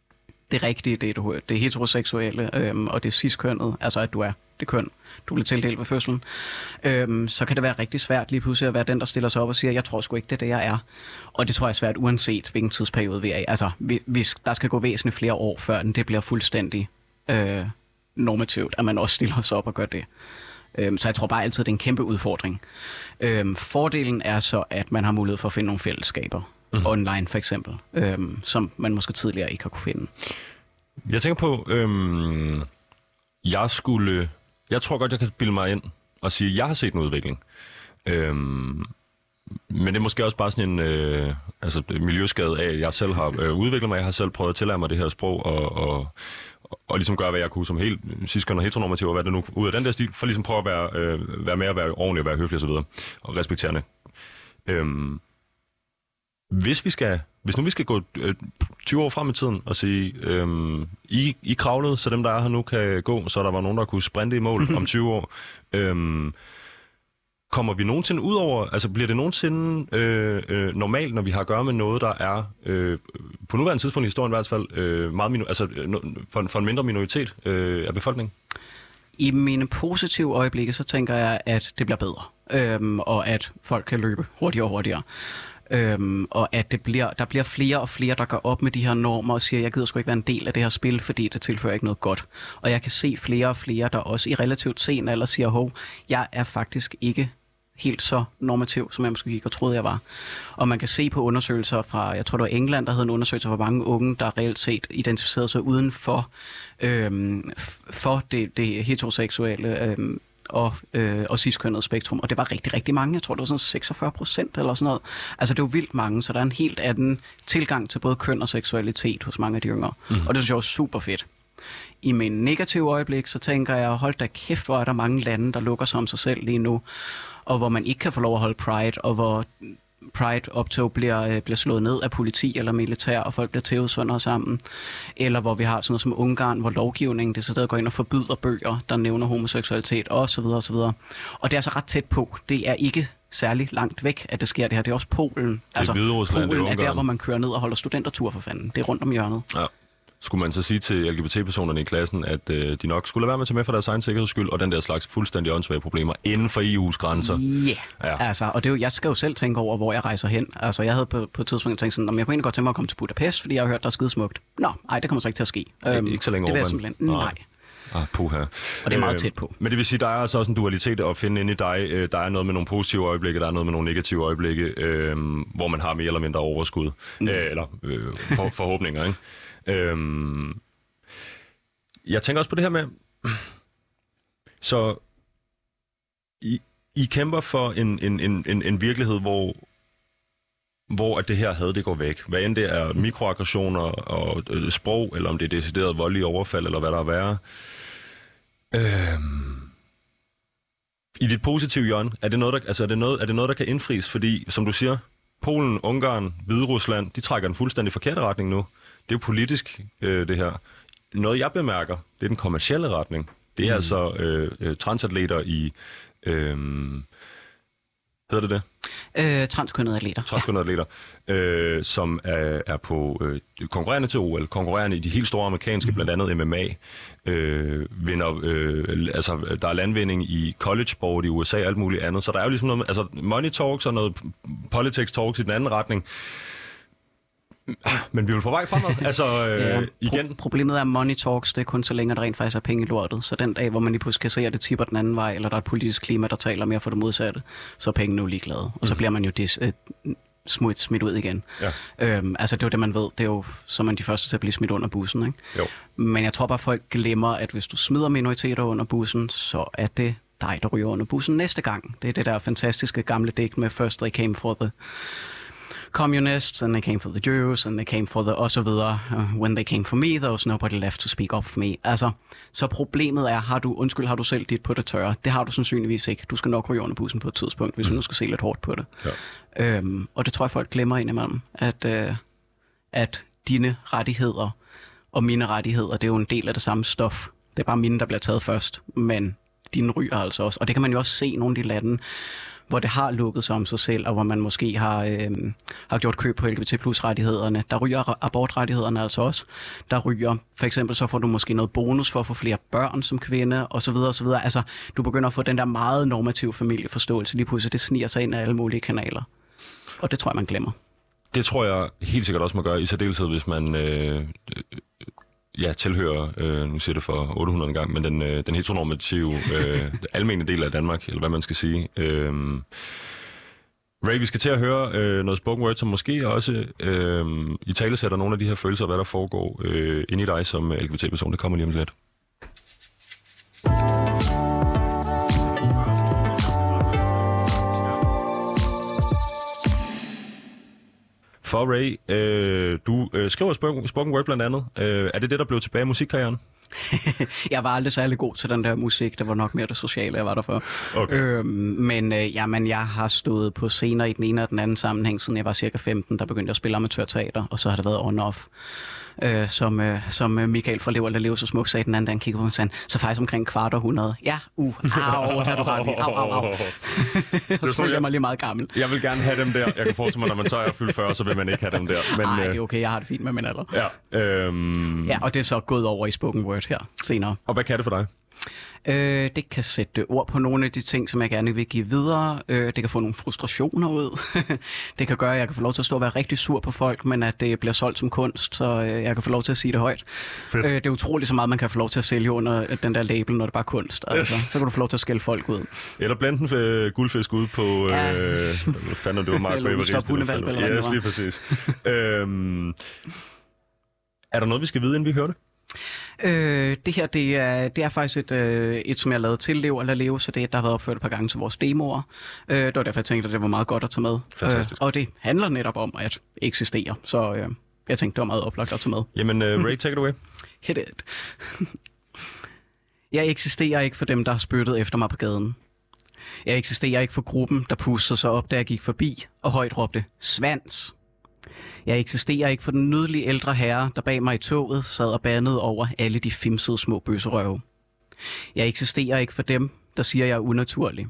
det rigtige, det er, du, det er heteroseksuelle, øhm, og det er cis-kønnet, altså at du er det køn, du bliver tildelt ved fødslen, øhm, så kan det være rigtig svært lige pludselig at være den, der stiller sig op og siger, jeg tror sgu ikke, det er det, jeg er. Og det tror jeg er svært, uanset hvilken tidsperiode vi er i. Altså, hvis der skal gå væsentligt flere år, før det bliver fuldstændig øh, normativt, at man også stiller sig op og gør det. Øhm, så jeg tror bare altid, det er en kæmpe udfordring. Øhm, fordelen er så, at man har mulighed for at finde nogle fællesskaber, mm. online for eksempel, øhm, som man måske tidligere ikke har kunne finde. Jeg tænker på, øhm, jeg skulle, jeg tror godt, jeg kan bilde mig ind og sige, at jeg har set en udvikling. Øhm, men det er måske også bare sådan en øh, altså, miljøskade af, at jeg selv har øh, udviklet mig. Jeg har selv prøvet at tillære mig det her sprog og, og, og ligesom gøre, hvad jeg kunne som helt cis-køn og heteronormativ, og hvad det nu ud af den der stil, for ligesom prøve at være, øh, være med at være ordentlig og være høflig og så videre, og respekterende. Øhm, hvis vi skal, hvis nu vi skal gå øh, tyve år frem i tiden og sige, øhm, I, I kravlede, så dem, der er her nu, kan gå, så der var nogen, der kunne sprinte i mål om tyve år. Øhm, kommer vi nogensinde ud over, altså bliver det nogensinde øh, øh, normalt, når vi har at gøre med noget, der er, øh, på nuværende tidspunkt i historien i hvert fald, øh, meget minu- altså, øh, for, for en mindre minoritet øh, af befolkningen? I mine positive øjeblikke, så tænker jeg, at det bliver bedre, øhm, og at folk kan løbe hurtigere og hurtigere. Øhm, og at det bliver, der bliver flere og flere, der går op med de her normer og siger, jeg gider sgu ikke være en del af det her spil, fordi det tilfører ikke noget godt. Og jeg kan se flere og flere, der også i relativt sen alder siger, hov, jeg er faktisk ikke helt så normativ, som jeg måske ikke troede, jeg var. Og man kan se på undersøgelser fra, jeg tror det var England, der havde en undersøgelse for mange unge, der reelt set identificerede sig uden for, øhm, for det, det heteroseksuelle øhm, og, øh, og cis-kønnet spektrum. Og det var rigtig, rigtig mange. Jeg tror, det var sådan seksogfyrre procent eller sådan noget. Altså, det er jo vildt mange, så der er en helt anden tilgang til både køn og seksualitet hos mange af de yngre. Mm. Og det synes jeg er super fedt. I min negative øjeblik, så tænker jeg, hold da kæft, hvor er der mange lande, der lukker sig om sig selv lige nu, og hvor man ikke kan få lov at holde Pride, og hvor Pride-optog bliver, øh, bliver slået ned af politi eller militær, og folk bliver tævet sønder sammen. Eller hvor vi har sådan noget som Ungarn, hvor lovgivningen det så går ind og forbyder bøger, der nævner homoseksualitet, osv. osv. Og det er altså ret tæt på. Det er ikke særlig langt væk, at det sker det her. Det er også Polen. Det er altså, Hviderusland, Polen det er, er der, hvor man kører ned og holder studentertur for fanden. Det er rundt om hjørnet. Ja. Skulle man så sige til L G B T-personerne i klassen, at øh, de nok skulle lade være med at tage med for deres egen sikkerheds skyld, og den der slags fuldstændig åndssvage problemer inden for E U's grænser? Yeah. Ja, altså, og det er jo, jeg skal jo selv tænke over, hvor jeg rejser hen. Altså, jeg havde på, på et tidspunkt tænkt sådan, om jeg kunne egentlig godt tænke mig at komme til Budapest, fordi jeg har hørt, der er skidesmukt. Nå, nej, det kommer så ikke til at ske. Øhm, ikke så længe det over, simpelthen, nej. Ah, puha. Og det er meget tæt på. Men det vil sige, der er altså også en dualitet at finde inde i dig. Der er noget med nogle positive øjeblikke, der er noget med nogle negative øjeblikke, øh, hvor man har mere eller mindre overskud. Mm. Øh, eller øh, for, forhåbninger, ikke? Øh, Jeg tænker også på det her med, så I, I kæmper for en, en, en, en virkelighed, hvor, hvor at det her had, det går væk. Hvad end det er mikroaggressioner og øh, sprog, eller om det er decideret voldelige overfald, eller hvad der er værre. Øhm, I dit positive hjørne, er det, noget, der, altså, er, det noget, er det noget, der kan indfries? Fordi, som du siger, Polen, Ungarn, Hviderusland, de trækker en fuldstændig forkert retning nu. Det er jo politisk, øh, det her. Noget, jeg bemærker, det er den kommercielle retning. Det er mm. altså øh, øh, transatleter i... Øh, hedder det det? Øh, transkønnede atleter. Transkønnede atleter, øh, som er, er på øh, konkurrerende til O L, konkurrerende i de helt store amerikanske, mm. blandt andet M M A. Øh, vinder, øh, altså, der er landvinding i college-sport i U S A og alt muligt andet. Så der er jo ligesom noget... Altså, money talks og noget politics talks i den anden retning. Men vi er jo på vej fremad. Altså, øh, ja, igen. Pro- problemet er money talks, det er kun så længe, der rent faktisk er penge i lortet. Så den dag, hvor man lige pludselig kan se, at det tipper den anden vej, eller der er et politisk klima, der taler mere for det modsatte, så er pengene jo ligeglade. Og så bliver man jo dis, øh, smidt, smidt ud igen. Ja. Øhm, altså, det er jo det, man ved. Det er jo, så er man de første til at blive smidt under bussen, ikke? Jo. Men jeg tror bare, folk glemmer, at hvis du smider minoriteter under bussen, så er det dig, der ryger under bussen næste gang. Det er det der fantastiske gamle digt med First They Came for the communists, and they came for the Jews, and they came for the og så videre. Uh, when they came for me, there was nobody left to speak up for me. Altså, så problemet er, har du, undskyld, har du selv dit på det tørre? Det har du sandsynligvis ikke. Du skal nok ryge under bussen på et tidspunkt, hvis mm. du nu skal se lidt hårdt på det. Ja. Øhm, og det tror jeg, folk glemmer indimellem, at, øh, at dine rettigheder og mine rettigheder, det er jo en del af det samme stof. Det er bare mine, der bliver taget først, men dine ryger altså også. Og det kan man jo også se i nogle af de lande, hvor det har lukket sig om sig selv, og hvor man måske har, øh, har gjort køb på L G B T plus rettighederne. Der ryger abortrettighederne altså også. Der ryger, for eksempel så får du måske noget bonus for at få flere børn som kvinde, og så videre, og så videre. Altså, du begynder at få den der meget normative familieforståelse lige pludselig. Det sniger sig ind af alle mulige kanaler. Og det tror jeg, man glemmer. Det tror jeg helt sikkert også, man gør, i særdeleshed, hvis man øh, ja, tilhører, øh, nu siger det for otte hundrede gang, men den, øh, den heteronormative, øh, almene del af Danmark, eller hvad man skal sige. Øh, Ray, vi skal til at høre øh, noget spoken word, som måske også øh, i tale sætter nogle af de her følelser, hvad der foregår øh, inde i dig som L G B T-person. Det kommer lige om lidt. For Ray, øh, du øh, skriver spoken, spoken word blandt andet. Øh, er det det, der blev tilbage i musikkarrieren? Jeg var aldrig særlig god til den der musik. Det var nok mere det sociale, jeg var der for. Okay. Øh, men øh, jamen, jeg har stået på scener i den ene og den anden sammenhæng, siden jeg var cirka femten. Der begyndte jeg at spille amatørteater, og så har det været on-off. Øh, som, øh, som Michael fra Lev og Lev så smukt sagde den anden, da han kiggede på mig og sagde, så faktisk omkring kvart århundrede. Ja, uh, au, der har du ret i. Au, au, au. Så føler jeg mig lige meget gammel. Jeg vil gerne have dem der. Jeg kan forestille mig, når man tør at fylde fyrre, så vil man ikke have dem der. Nej, det er okay. Jeg har det fint med min alder. Ja, øhm... ja, og det er så gået over i spoken word her senere. Og hvad kan det for dig? Øh, det kan sætte ord på nogle af de ting, som jeg gerne vil give videre. Øh, det kan få nogle frustrationer ud. Det kan gøre, at jeg kan få lov til at stå og være rigtig sur på folk, men at det bliver solgt som kunst, så øh, jeg kan få lov til at sige det højt. Øh, det er utroligt så meget, man kan få lov til at sælge under den der label, når det bare er kunst. Altså, yes. Så kan du få lov til at skælde folk ud. Eller blande en øh, guldfisk ud på... Ja. Øh, hvad fanden, det var Mark Weber. Stop hundevalg, eller hvad? Ja, lige præcis. øhm, er der noget, vi skal vide, inden vi hører det? Øh, det her, det er, det er faktisk et, øh, et, som jeg har lavet til Lev eller Lev, så det er et, der har været opført et par gange til vores demoer. Øh, det var derfor, jeg tænkte, at det var meget godt at tage med. Fantastisk. Øh, og det handler netop om at eksistere, så øh, jeg tænkte, det var meget oplagt at tage med. Jamen, uh, Ray, take it away. Hit it. Jeg eksisterer ikke for dem, der har spyttet efter mig på gaden. Jeg eksisterer ikke for gruppen, der pustede sig op, da jeg gik forbi og højt råbte, svans. Jeg eksisterer ikke for den nydelige ældre herre, der bag mig i toget sad og bandede over alle de fimsede små bøsserøve. Jeg eksisterer ikke for dem, der siger, jeg er unaturlig.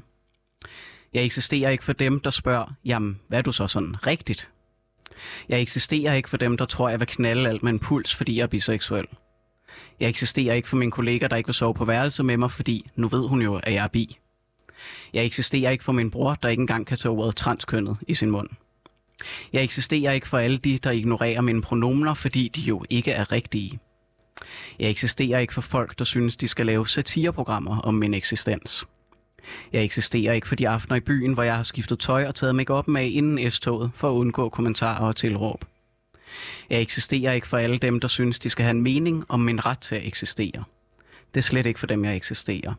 Jeg eksisterer ikke for dem, der spørger, jamen, hvad er du så sådan rigtigt? Jeg eksisterer ikke for dem, der tror, jeg vil knalde alt med en puls, fordi jeg er biseksuel. Jeg eksisterer ikke for min kollega, der ikke vil sove på værelse med mig, fordi nu ved hun jo, at jeg er bi. Jeg eksisterer ikke for min bror, der ikke engang kan tage ordet transkønnet i sin mund. Jeg eksisterer ikke for alle de, der ignorerer mine pronomener, fordi de jo ikke er rigtige. Jeg eksisterer ikke for folk, der synes, de skal lave satireprogrammer om min eksistens. Jeg eksisterer ikke for de aftener i byen, hvor jeg har skiftet tøj og taget make-up'en af inden S-toget for at undgå kommentarer og tilråb. Jeg eksisterer ikke for alle dem, der synes, de skal have en mening om min ret til at eksistere. Det er slet ikke for dem, jeg eksisterer.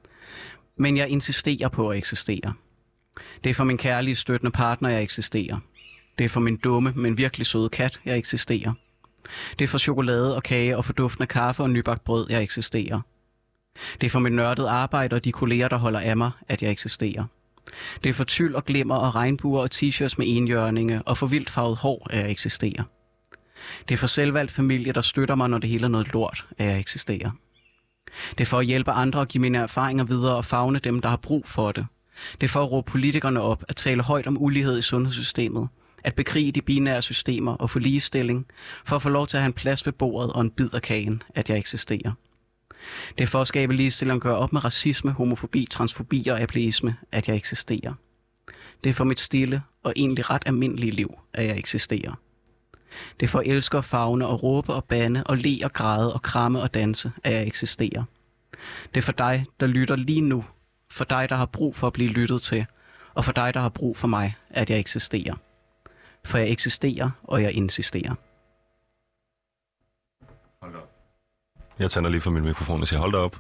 Men jeg insisterer på at eksistere. Det er for min kærlige, støttende partner, jeg eksisterer. Det er for min dumme, men virkelig søde kat, jeg eksisterer. Det er for chokolade og kage og for duften af kaffe og nybagt brød, jeg eksisterer. Det er for mit nørdede arbejde og de kolleger, der holder af mig, at jeg eksisterer. Det er for tyld og glimmer og regnbuer og t-shirts med enhjørninge og for vildt farvet hår, at jeg eksisterer. Det er for selvvalgt familie, der støtter mig, når det hele er noget lort, at jeg eksisterer. Det er for at hjælpe andre og give mine erfaringer videre og favne dem, der har brug for det. Det er for at råbe politikerne op, at tale højt om ulighed i sundhedssystemet, at bekrige de binære systemer og få ligestilling, for at få lov til at have en plads ved bordet og en bid af kagen, at jeg eksisterer. Det er for at skabe ligestilling og gøre op med racisme, homofobi, transfobi og ableisme, at jeg eksisterer. Det er for mit stille og egentlig ret almindelige liv, at jeg eksisterer. Det er for at elske og favne og råbe og bande og le og græde og kramme og danse, at jeg eksisterer. Det er for dig, der lytter lige nu, for dig, der har brug for at blive lyttet til, og for dig, der har brug for mig, at jeg eksisterer. For jeg eksisterer, og jeg insisterer. Hold da op. Jeg tænder lige for min mikrofon og siger, hold da op.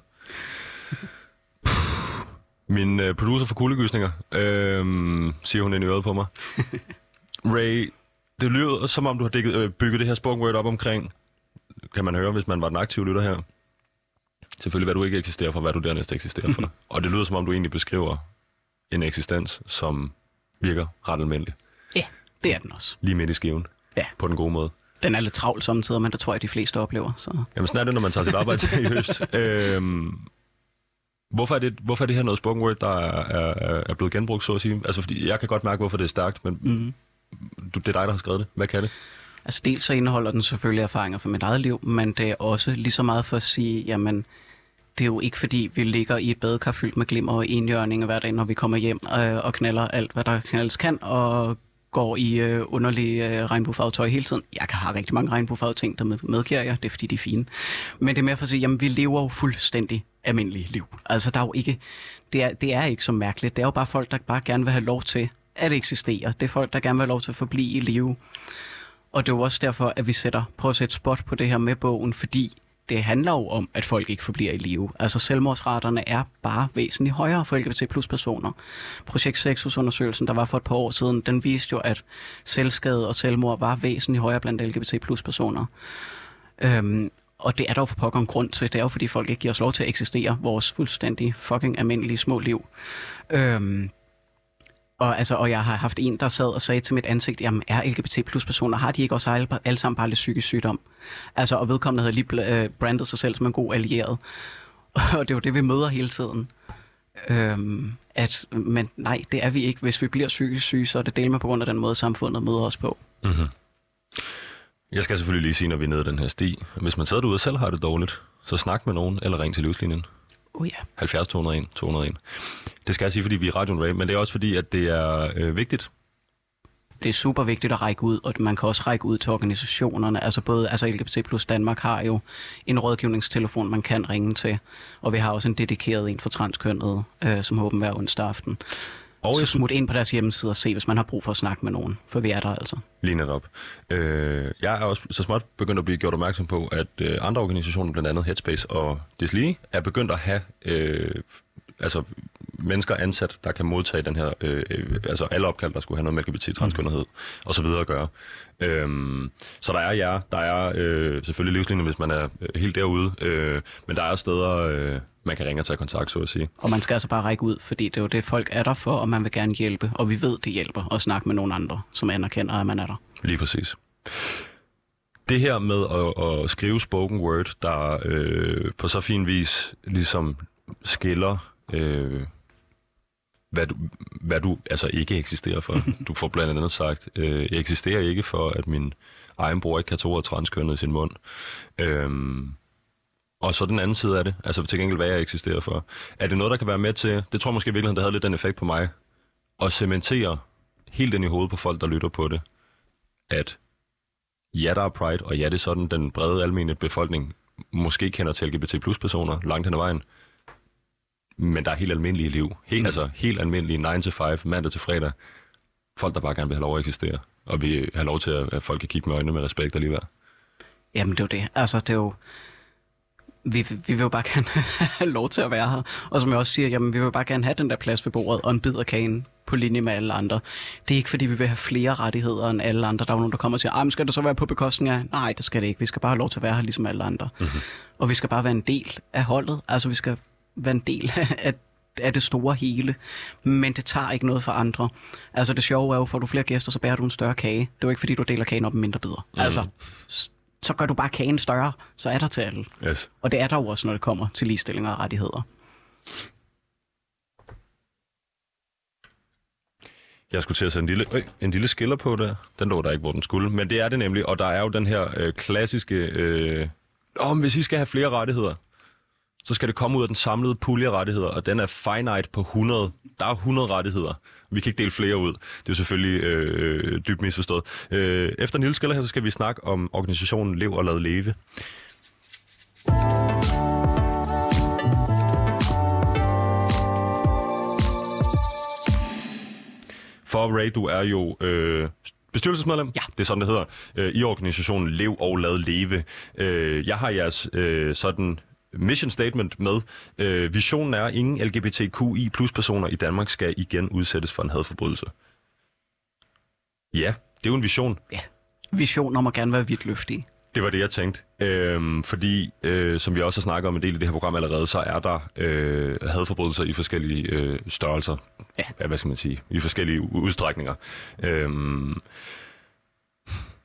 Min uh, producer for Kuldegysninger, øh, siger hun ind i øret på mig. Ray, det lyder som om, du har dækket, øh, bygget det her spoken word op omkring, kan man høre, hvis man var den aktive lytter her. Selvfølgelig, hvad du ikke eksisterer for, hvad du dernæst eksisterer for. Og det lyder som om, du egentlig beskriver en eksistens, som virker ret almindelig. Ja, det er den også. Lige midt i skiven. Ja. På den gode måde. Den er lidt travl samtidig, men det tror jeg, de fleste oplever. Så. Jamen sådan er det, når man tager sit arbejde seriøst. øhm, Hvorfor er, det, hvorfor er det her noget spoken word, der er, er, er blevet genbrugt, så at sige? Altså, fordi jeg kan godt mærke, hvorfor det er stærkt, men mm. du, det er dig, der har skrevet det. Hvad kan det? Altså dels så indeholder den selvfølgelig erfaringer fra mit eget liv, men det er også lige så meget for at sige, jamen, det er jo ikke fordi, vi ligger i et badekar fyldt med glimmer og enhjørninger hver dag, når vi kommer hjem øh, og knalder alt, hvad der knaldes kan, og går i øh, underlige øh, regnbuefarvet tøj hele tiden. Jeg kan have rigtig mange regnbuefarvede ting, der med, medgiver jeg. Det er fordi, de er fine. Men det er mere for at sige, jamen vi lever jo fuldstændig almindelige liv. Altså der er jo ikke, det er, det er ikke så mærkeligt. Det er jo bare folk, der bare gerne vil have lov til at eksistere. Det er folk, der gerne vil have lov til at forblive i live. Og det er jo også derfor, at vi sætter, prøver at sætte spot på det her med bogen, fordi det handler jo om, at folk ikke forbliver i live. Altså selvmordsraterne er bare væsentligt højere for L G B T plus personer. Projekt Sexus-undersøgelsen, der var for et par år siden, den viste jo, at selvskade og selvmord var væsentligt højere blandt L G B T plus personer. Øhm, og det er der jo for pokker en grund til. Det er jo, fordi folk ikke giver os lov til at eksistere vores fuldstændig fucking almindelige små liv. Øhm, Og, altså, og jeg har haft en, der sad og sagde til mit ansigt, jamen er L G B T plus personer, har de ikke også alle, alle sammen bare lidt psykisk sygdom? Altså, og vedkommende havde lige brandet sig selv som en god allieret. Og det er jo det, vi møder hele tiden. Øhm, at, men nej, det er vi ikke. Hvis vi bliver psykisk syge, så er det del med på grund af den måde, samfundet møder os på. Mm-hmm. Jeg skal selvfølgelig lige sige, når vi er nede i den her sti. Hvis man sidder derude og selv har det dårligt, så snak med nogen eller ring til Livslinjen. Oh, ja. halvfjerds to nul en to nul en. Det skal jeg sige, fordi vi er Radio Ray, men det er også fordi, at det er øh, vigtigt. Det er super vigtigt at række ud, og man kan også række ud til organisationerne. Altså både altså L G B T plus Danmark har jo en rådgivningstelefon, man kan ringe til, og vi har også en dedikeret en for transkønnede, øh, som håber hver onsdag aften. Og så smut ind på deres hjemmeside og se, hvis man har brug for at snakke med nogen, for vi er der altså. Lige netop. Øh, jeg er også så småt begyndt at blive gjort opmærksom på, at øh, andre organisationer, blandt andet Headspace og Deslige, er begyndt at have øh, altså mennesker ansat, der kan modtage den her, øh, altså alle opkald, der skulle have noget med L G B T, transkønnethed mm. og så videre at gøre. Øhm, så der er jer, der er øh, selvfølgelig Livslinjen, hvis man er helt derude, øh, men der er steder, øh, man kan ringe og tage kontakt, så at sige. Og man skal altså bare række ud, fordi det er jo det, folk er der for, og man vil gerne hjælpe, og vi ved, det hjælper at snakke med nogle andre, som anerkender, at man er der. Lige præcis. Det her med at, at skrive spoken word, der øh, på så fin vis ligesom skiller, øh, hvad, du, hvad du altså ikke eksisterer for. Du får blandt andet sagt, øh, jeg eksisterer ikke for, at min egen bror ikke kan tage ordet transkønnet i sin mund. Øhm, og så den anden side af det, altså til gengæld, hvad jeg eksisterer for. Er det noget, der kan være med til, det tror jeg måske i virkeligheden, der havde lidt den effekt på mig, at cementere helt ind i hovedet på folk, der lytter på det, at ja, der er Pride, og ja, det er sådan, den brede almene befolkning måske kender til L G B T plus personer langt hen ad vejen, men der er helt almindelige liv. Helt, mm. altså helt almindelige nine to five, mandag til fredag. Folk, der bare gerne vil have lov at eksistere, og vi har lov til, at folk kan kigge med øjnene med respekt alligevel. Jamen, det er jo det. Altså, det er jo... Vi, vi vil jo bare gerne have lov til at være her. Og som jeg også siger, jamen, vi vil jo bare gerne have den der plads ved bordet og en bid af kagen på linje med alle andre. Det er ikke, fordi vi vil have flere rettigheder end alle andre. Der er jo nogen, der kommer og siger, ah, men skal det så være på bekostning af? Nej, det skal det ikke. Vi skal bare have lov til at være her ligesom alle andre. Mm-hmm. Og vi skal bare være en del af holdet. Altså, vi skal være en del af, af det store hele. Men det tager ikke noget for andre. Altså, det sjove er jo, får du flere gæster, så bærer du en større kage. Det er jo ikke, fordi du deler kagen op i mindre bidder. Mm. Altså, så gør du bare kagen større, så er der til alle. Yes. Og det er der jo også, når det kommer til ligestilling og rettigheder. Jeg skulle til at sætte en lille, øh, en lille skiller på der. Den lå der ikke, hvor den skulle. Men det er det nemlig, og der er jo den her øh, klassiske... Øh, om hvis I skal have flere rettigheder, så skal det komme ud af den samlede pulje rettigheder, og den er finite på hundrede. Der er hundrede rettigheder. Vi kan ikke dele flere ud. Det er jo selvfølgelig øh, dybt misforstået. Øh, efter en lille skiller her, så skal vi snakke om organisationen Lev og Lad Leve. For Ray, du er jo øh, bestyrelsesmedlem. Ja. Det er sådan, det hedder. Øh, I organisationen Lev og Lad Leve. Øh, jeg har jeres øh, sådan... mission statement med, øh, visionen er, at ingen L G B T Q I plus personer i Danmark skal igen udsættes for en hadforbrydelse. Ja, det er jo en vision. Ja, visioner må gerne være vidtløftige. Det var det, jeg tænkte. Øhm, fordi, øh, som vi også har snakket om en del i det her program allerede, så er der øh, hadforbrydelser i forskellige øh, størrelser. Ja. Ja, hvad skal man sige? I forskellige udstrækninger. Øhm,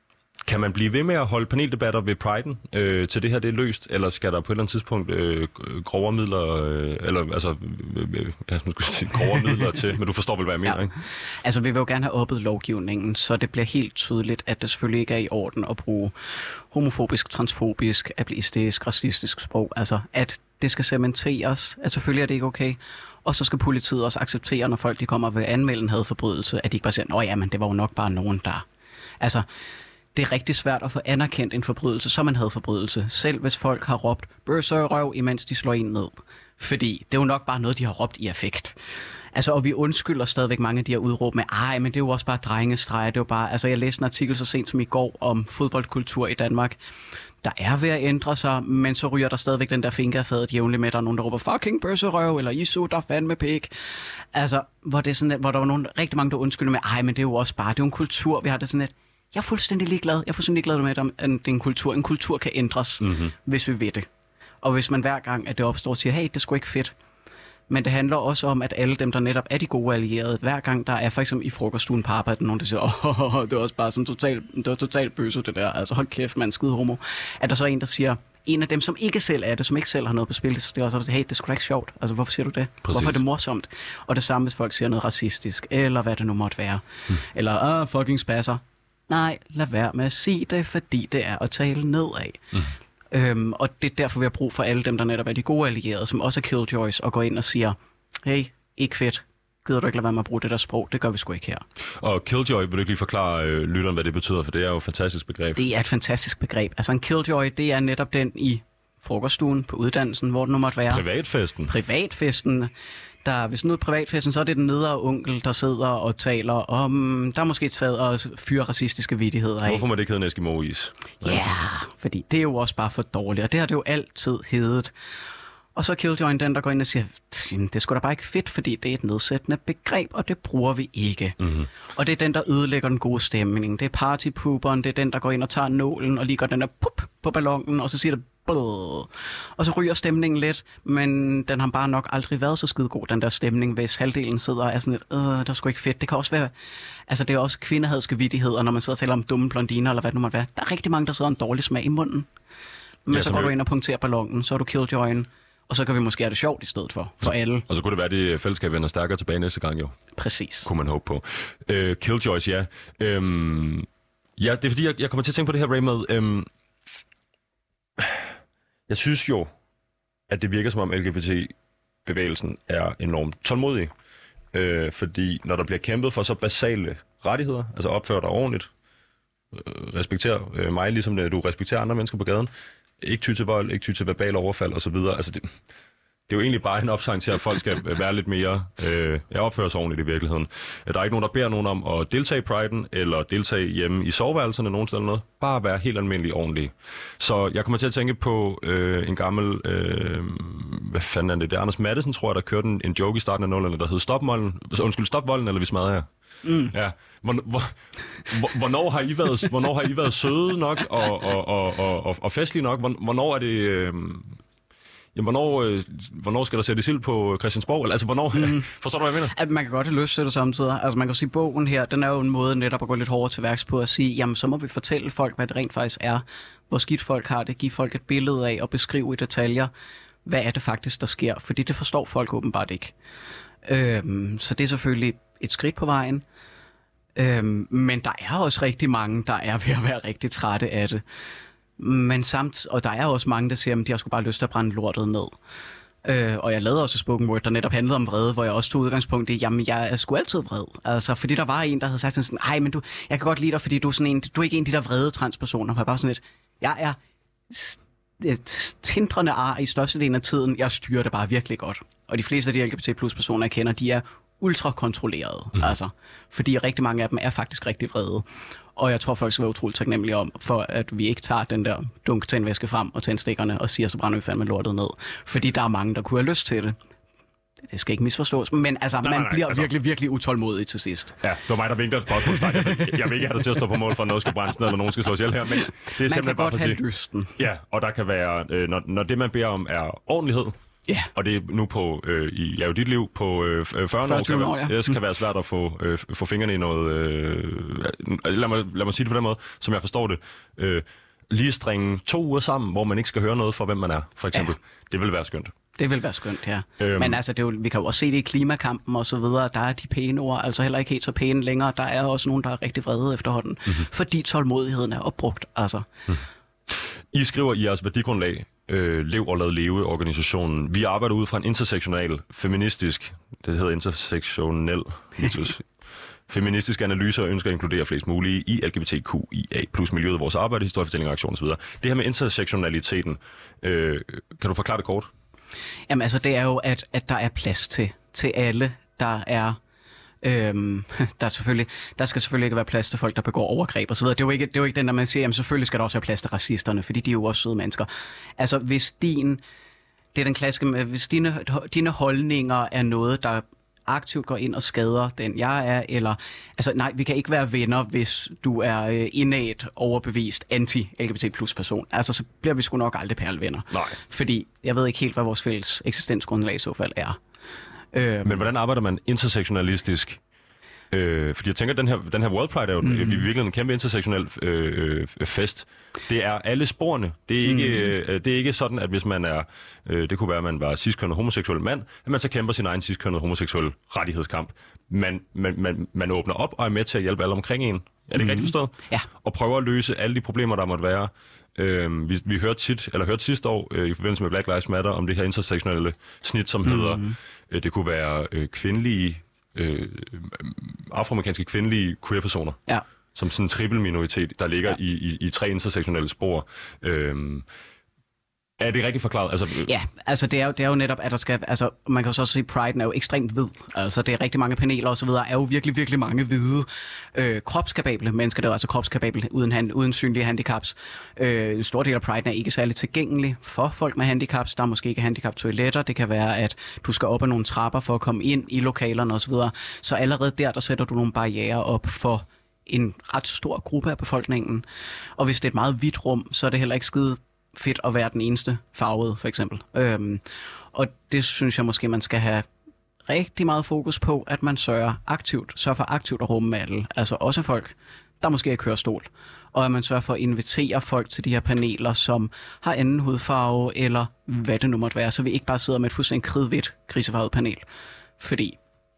kan man blive ved med at holde paneldebatter ved Pride'en, øh, til det her det er løst, eller skal der på et eller andet tidspunkt øh, grovere midler, øh, eller altså, øh, jeg skulle sige grovere midler til, men du forstår vel, hvad jeg mener, Ja. ikke? Altså, vi vil jo gerne have oppet lovgivningen, så det bliver helt tydeligt, at det selvfølgelig ikke er i orden at bruge homofobisk, transfobisk, ableistisk, racistisk sprog. Altså, at det skal cementeres, at selvfølgelig er det ikke okay. Og så skal politiet også acceptere, når folk de kommer og vil anmelde en hadforbrydelse, at de ikke bare siger, nå ja, men det var jo nok bare nogen, der... Altså, det er rigtig svært at få anerkendt en forbrydelse som en hadforbrydelse, selv hvis folk har råbt bøsser og røv, imens de slår en ned. Fordi det er jo nok bare noget, de har råbt i affekt. Altså, og vi undskylder stadigvæk mange af de her udråb med, ej, men det er jo også bare drengestreger, det er jo bare... Altså, jeg læste en artikel så sent som i går om fodboldkultur i Danmark, der er ved at ændre sig, men så ryger der stadigvæk den der fingerfadet jævnligt med, der er nogen, der råber, fucking bøsserøv, eller Isu, der fandme pik. Altså, hvor, det er sådan, hvor der var nogen, rigtig mange, der undskylder med, ej, men det er jo også bare, det er jo en kultur, vi har det sådan lidt. Jeg er fuldstændig ligeglad. Jeg er fuldstændig ligeglad med, at det er en kultur. En kultur kan ændres, mm-hmm. hvis vi ved det. Og hvis man hver gang, at det opstår, siger, hey, det er sgu ikke fedt. Men det handler også om, at alle dem, der netop er de gode allierede, hver gang der er for eksempel i frokoststuen på arbejde, nogen der siger, åh, oh, det var også bare sådan totalt, det var totalt bøsse det der, altså hold kæft, man, skide homo. At der så er en, der siger, en af dem, som ikke selv er det, som ikke selv har noget på spil, det er også, hey, det er sgu da ikke sjovt. Altså, hvorfor siger du det? Præcis. Hvorfor er det morsomt? Og det samme, hvis folk siger noget racistisk, eller hvad det nu måtte være. Hmm. Eller, ah, fucking spasser. Nej, lad være med at sige det, fordi det er at tale nedad. Mm. Øhm, og det er derfor, vi har brug for alle dem, der netop er de gode allierede, som også er killjoys, og går ind og siger, hey, ikke fedt. Gider du ikke lade være med at bruge det der sprog? Det gør vi sgu ikke her. Og killjoy, vil du ikke lige forklare øh, lytteren, hvad det betyder? For det er jo et fantastisk begreb. Det er et fantastisk begreb. Altså en killjoy, det er netop den i frokoststuen på uddannelsen, hvor det nu måtte være. Privatfesten. Privatfesten. Der, hvis nu er privatfesten, så er det den nedre onkel, der sidder og taler om, der er måske taget og fyrer racistiske vittigheder af. Hvorfor må det ikke hedde en Eskimo-is? Ja, yeah, fordi det er jo også bare for dårligt, og det har det jo altid heddet. Og så er killjoyen den, der går ind og siger, det er sgu da bare ikke fedt, fordi det er et nedsættende begreb, og det bruger vi ikke. Mm-hmm. Og det er den, der ødelægger den gode stemning. Det er partypooperen, det er den, der går ind og tager nålen og lige gør den der pup på ballonen, og så siger det blød. Og så ryger stemningen lidt, men den har bare nok aldrig været så skide god, den der stemning, hvis halvdelen sidder og er sådan lidt, øh, det er sgu ikke fedt. Det kan også være, altså det er også kvindehadske vittigheder, når man sidder og taler om dumme blondiner, eller hvad det nu måtte være. Der er rigtig mange, der sidder en dårlig smag i munden. Men ja, så, så går vi... du ind og punkterer ballonen, så er du killjoyen. Og så kan vi måske have det sjovt i stedet for, for alle. Og så kunne det være, at det fællesskab vender stærkere tilbage næste gang, jo. Præcis. Kunne man håbe på. Uh, Killjoys, ja. Um, ja, det er fordi, jeg, jeg kommer til at tænke på det her, Ray, med... Um, jeg synes jo, at det virker som om L G B T-bevægelsen er enormt tålmodig. Uh, fordi når der bliver kæmpet for så basale rettigheder, altså opfør dig ordentligt, uh, respekter uh, mig, ligesom uh, du respekterer andre mennesker på gaden, ikke ty til vold, ikke ty til verbal overfald osv. Altså det, det er jo egentlig bare en opsang til, at folk skal være lidt mere... Øh, jeg opfører sig ordentligt i virkeligheden. Der er ikke nogen, der beder nogen om at deltage i Pride'en, eller deltage hjemme i soveværelserne nogen steder eller noget. Bare være helt almindelig ordentlig. Så jeg kommer til at tænke på øh, en gammel... Øh, hvad fanden er det? Det er Anders Mattesen, tror jeg, der kørte en, en joke i starten af nullerne, der hed Stop Molden. Undskyld, Stop Volden, eller vi smadrer jer. Mm. Ja. Hvornår har I været, hvornår har I været søde nok og, og, og, og, og festlige nok? Hvornår er det... Øh, ja, hvornår, øh, hvornår skal der sættes ild på Christiansborg? Altså, hvornår... Mm. Forstår du, hvad jeg mener? At man kan godt have lyst til det samtidig. Altså, man kan sige, bogen her, den er jo en måde netop at gå lidt hårdere til værks på at sige, jamen, så må vi fortælle folk, hvad det rent faktisk er. Hvor skidt folk har det. Give folk et billede af og beskrive i detaljer, hvad er det faktisk, der sker. Fordi det forstår folk åbenbart ikke. Øhm, så det er selvfølgelig et skridt på vejen. Øhm, men der er også rigtig mange, der er ved at være rigtig trætte af det. Men samt, og der er også mange, der siger, at de har sgu bare lyst til at brænde lortet ned. Øh, og jeg lavede også spoken word, der netop handlede om vrede, hvor jeg også tog udgangspunkt i, jamen jeg er sgu altid vred. Altså, fordi der var en, der havde sagt sådan, ej, men du, jeg kan godt lide dig, fordi du er sådan en, du er ikke en af de der vrede transpersoner. Jeg er bare sådan lidt, jeg er et tindrende ar i størstedelen af tiden, jeg styrer det bare virkelig godt. Og de fleste af de L G B T plus personer, jeg kender, de er ultrakontrollerede. Mm. Altså, fordi rigtig mange af dem er faktisk rigtig vrede. Og jeg tror, folk skal være utroligt taknemmelige om, for at vi ikke tager den der dunk til en væske frem og tændstikkerne og siger, så brænder vi fandme lortet ned. Fordi der er mange, der kunne have lyst til det. Det skal ikke misforstås, men altså, nej, man nej, nej, bliver altså... virkelig, virkelig utålmodig til sidst. Ja, det var mig, der vinkede et spørgsmål. Jeg, vil, jeg vil ikke have dig til at stå på mål for, at noget skal brændes ned, eller nogen skal slås ihjel her, men det er man simpelthen kan bare godt for have sige. lysten. Ja, og der kan være, øh, når, når det, man beder om, er ordentlighed, Ja. Yeah. Og det er nu på, øh, i, ja, jo dit liv, på øh, fyrre år, kan, år, ja. det kan være svært at få, øh, få fingrene i noget, øh, lad, mig, lad mig sige det på den måde, som jeg forstår det, øh, lige stringe to uger sammen, hvor man ikke skal høre noget for, hvem man er, for eksempel. Ja. Det vil være skønt. Det vil være skønt, ja. Øhm. Men altså, det er jo, vi kan jo også se det i klimakampen og så videre. Der er de pæne ord, altså heller ikke helt så pæne længere. Der er også nogen, der er rigtig vrede efterhånden, mm-hmm. fordi tålmodigheden er opbrugt, altså. Mm. I skriver i jeres værdigrundlag, øh, Lev og lad leve organisationen. Vi arbejder ud fra en intersektional, feministisk, det hedder intersektionel, feministisk analyse og ønsker at inkludere flest mulige i L G B T Q I A plus miljøet, vores arbejde, historiefortælling, aktion osv. Det her med intersektionaliteten, øh, kan du forklare det kort? Jamen altså, det er jo, at, at der er plads til, til alle, der er... Øhm, der, er selvfølgelig, der skal selvfølgelig ikke være plads til folk, der begår overgreb og så videre. Det er jo ikke, det er jo ikke den, der man siger, jamen selvfølgelig skal der også være plads til racisterne, fordi de er jo også søde mennesker. Altså, hvis din... Det er den klassiske... Hvis dine, dine holdninger er noget, der aktivt går ind og skader den, jeg er, eller... Altså, nej, vi kan ikke være venner, hvis du er øh, indædt overbevist anti-L G B T plus person. Altså, så bliver vi sgu nok aldrig perlevenner. Nej. Fordi jeg ved ikke helt, hvad vores fælles eksistensgrundlag i så fald er. Øh, Men hvordan arbejder man intersektionalistisk? Øh, fordi jeg tænker, at den her, den her World Pride er jo mm. virkelig en kæmpe intersektionel øh, fest. Det er alle sporene. Det er ikke, mm. øh, det er ikke sådan, at hvis man er, øh, det kunne være, at man var cis-kønnet homoseksuel mand, at man så kæmper sin egen cis-kønnet homoseksuel rettighedskamp. Man, man, man, man åbner op og er med til at hjælpe alle omkring en. Er det ikke mm. rigtigt forstået? Ja. Og prøver at løse alle de problemer, der måtte være. Øh, vi, vi hørte tit, eller hørte sidste år øh, i forbindelse med Black Lives Matter om det her intersektionelle snit, som mm. hedder, øh, det kunne være øh, kvindelige, øh, afroamerikanske kvindelige queer-personer, ja. som sådan en triple minoritet, der ligger ja. i, i, i tre intersektionelle spor. Øh, Er det rigtigt forklaret? Altså, øh... Ja, altså det er, jo, det er jo netop, at der skal... Altså, man kan jo så også sige, at Priden er jo ekstremt hvid. Altså, det er rigtig mange paneler og så videre. Er jo virkelig, virkelig mange hvide øh, kropskapable mennesker. Det er jo altså kropskapable uden, hand, uden synlige handicaps. Øh, en stor del af Priden er ikke særlig tilgængelig for folk med handicaps. Der er måske ikke handicap-toiletter. Det kan være, at du skal op ad nogle trapper for at komme ind i lokalerne og så videre. Så allerede der, der sætter du nogle barrierer op for en ret stor gruppe af befolkningen. Og hvis det er et meget hvidt rum, så er det heller ikke skide fedt at være den eneste farvede, for eksempel. Øhm, og det synes jeg måske, man skal have rigtig meget fokus på, at man sørger aktivt, sørger for aktivt at rumme alle. Altså også folk, der måske er kørestol. Og at man sørger for at invitere folk til de her paneler, som har anden hudfarve, eller hvad det nu måtte være, så vi ikke bare sidder med et fuldstændig kridhvidt, grisefarvet panel. Fordi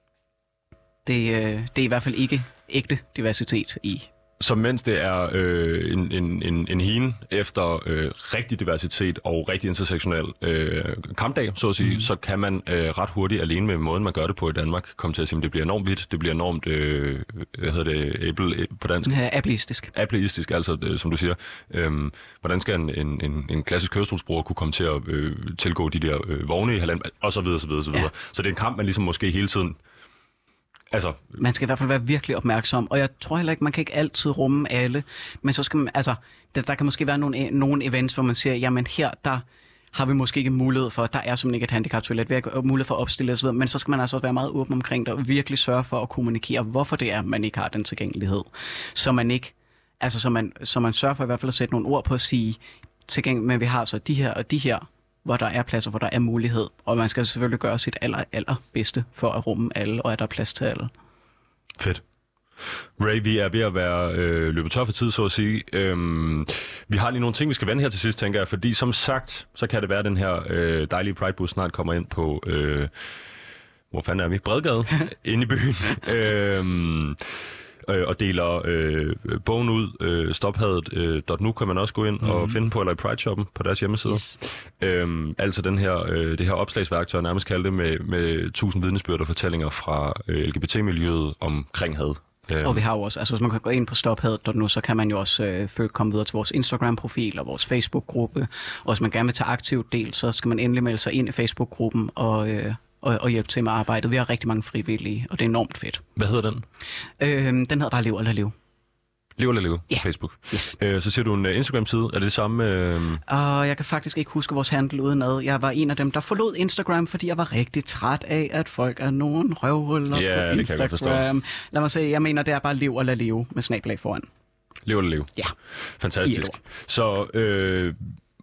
det, øh, det er i hvert fald ikke ægte diversitet i. Så mens det er øh, en, en, en, en hine efter øh, rigtig diversitet og rigtig intersektionel øh, kampdag, så at sige, mm. så kan man øh, ret hurtigt alene med måden, man gør det på i Danmark, komme til at sige, at det bliver enormt vidt, det bliver enormt, øh, hvad hedder det, able, på dansk? Ja, ableistisk. Ableistisk, altså det, som du siger. Øhm, hvordan skal en, en, en, en klassisk kørestolsbruger kunne komme til at øh, tilgå de der øh, vogne i halvandet, og så videre, så videre, så videre. Ja. Så det er en kamp, man ligesom måske hele tiden... Altså, man skal i hvert fald være virkelig opmærksom, og jeg tror heller ikke, man kan ikke altid rumme alle, men så skal man, altså, der, der kan måske være nogle, nogle events, hvor man siger, jamen her, der har vi måske ikke mulighed for, der er simpelthen ikke et handicap-toilet, vi har mulighed for at opstille osv., men så skal man altså også være meget åben omkring det, og virkelig sørge for at kommunikere, hvorfor det er, man ikke har den tilgængelighed. Så man ikke, altså så man, så man sørger for i hvert fald at sætte nogle ord på at sige, tilgængelig, men vi har så de her og de her, hvor der er pladser, hvor der er mulighed. Og man skal selvfølgelig gøre sit aller, aller bedste for at rumme alle, og at der er plads til alle. Fedt. Ray, vi er ved at være øh, løbet tør for tid, så at sige. Øhm, vi har lige nogle ting, vi skal vende her til sidst, tænker jeg. Fordi som sagt, så kan det være, at den her øh, dejlige Pride-bus snart kommer ind på... Øh, hvor fanden er vi? Bredgade, inde i byen. øhm, Øh, og deler øh, bogen ud. Øh, stophadet punktum nu kan man også gå ind mm-hmm. og finde på, eller i Pride-shoppen på deres hjemmeside. Yes. Øhm, altså den her, øh, det her opslagsværktøj, nærmest kaldt det, med, med tusind vidnesbyrd og fortællinger fra øh, L G B T-miljøet omkring had. Øh. Og vi har jo også, altså hvis man kan gå ind på stophadet punktum nu, så kan man jo også øh, komme videre til vores Instagram-profil og vores Facebook-gruppe. Og hvis man gerne vil tage aktivt del, så skal man endelig melde sig ind i Facebook-gruppen og... Øh, Og, og hjælpe til med arbejdet. Vi har rigtig mange frivillige, og det er enormt fedt. Hvad hedder den? Øhm, den hedder bare Lev eller Lev. Lev eller Lev yeah. på Facebook. Yes. Øh, så ser du en uh, Instagram-side. Er det det samme? Øh... Og jeg kan faktisk ikke huske vores handle udenad. Jeg var en af dem, der forlod Instagram, fordi jeg var rigtig træt af, at folk er nogen røvhuller yeah, på Instagram. Det kan jeg godt forstå. Lad mig se, jeg mener, det er bare Lev eller Lev med snabel-a foran. Lev eller Lev. Ja. Fantastisk. Så... Øh...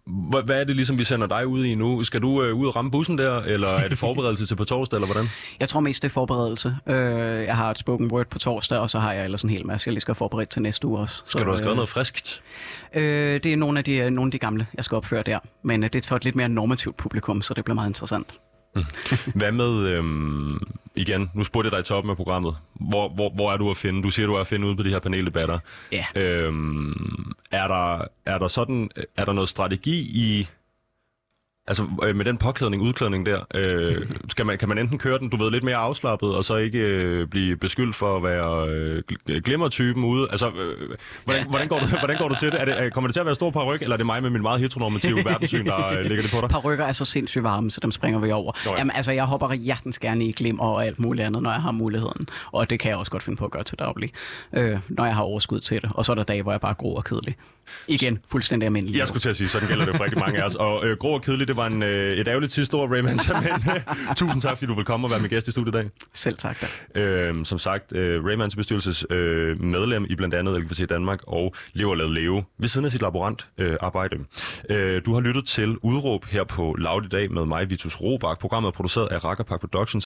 Hvad, hvad er det ligesom, vi sender dig ud i nu? Skal du øh, ud og ramme bussen der, eller er det forberedelse til på torsdag, eller hvordan? Jeg tror mest, det er forberedelse. Øh, jeg har et spoken word på torsdag, og så har jeg ellers en hel masse, jeg lige skal forberede til næste uge også. Skal så, du have skrevet øh, noget friskt? Øh, det er nogle af, de, nogle af de gamle, jeg skal opføre der. Men øh, det er for et lidt mere normativt publikum, så det bliver meget interessant. Mm. Hvad med, øhm, igen, nu spurgte jeg dig i toppen af programmet. Hvor, hvor, hvor er du at finde? Du siger, du er at finde ude på de her paneldebatter. Ja. Øhm, er, der, er der sådan, er der noget strategi i, altså øh, med den påklædning, udklædning der, øh, skal man, kan man enten køre den, du ved, lidt mere afslappet, og så ikke øh, blive beskyldt for at være øh, glimmertypen ude? Altså, øh, hvordan, hvordan, går du, hvordan går du til det? Er det? Kommer det til at være stor paryk, eller er det mig med min meget heteronormative verdenssyn, der øh, ligger det på dig? Parykker er så sindssygt varme, så dem springer vi over. Nå ja. Jamen, altså, jeg hopper hjertens gerne i glimmer og alt muligt andet, når jeg har muligheden. Og det kan jeg også godt finde på at gøre til daglig, øh, når jeg har overskud til det. Og så er der dage, hvor jeg bare er grå og kedelig. Igen, fuldstændig almindelig. Jeg skulle til at sige, sådan gælder det for rigtig mange af os. Og øh, grå og kedelig, det var en, øh, et ærgerligt sidste ord, Rayman. Men øh, tusind tak, fordi du vil komme og være med gæst i studiet i dag. Selv tak da. Øh, som sagt, øh, Raymans bestyrelses øh, medlem i blandt andet L G B T Danmark og Lever Lad Leve ved siden af sit laborant øh, arbejde. Øh, du har lyttet til Udråb her på Loud i dag med mig, Vitus Robach. Programmet er produceret af Rakkerpark Productions.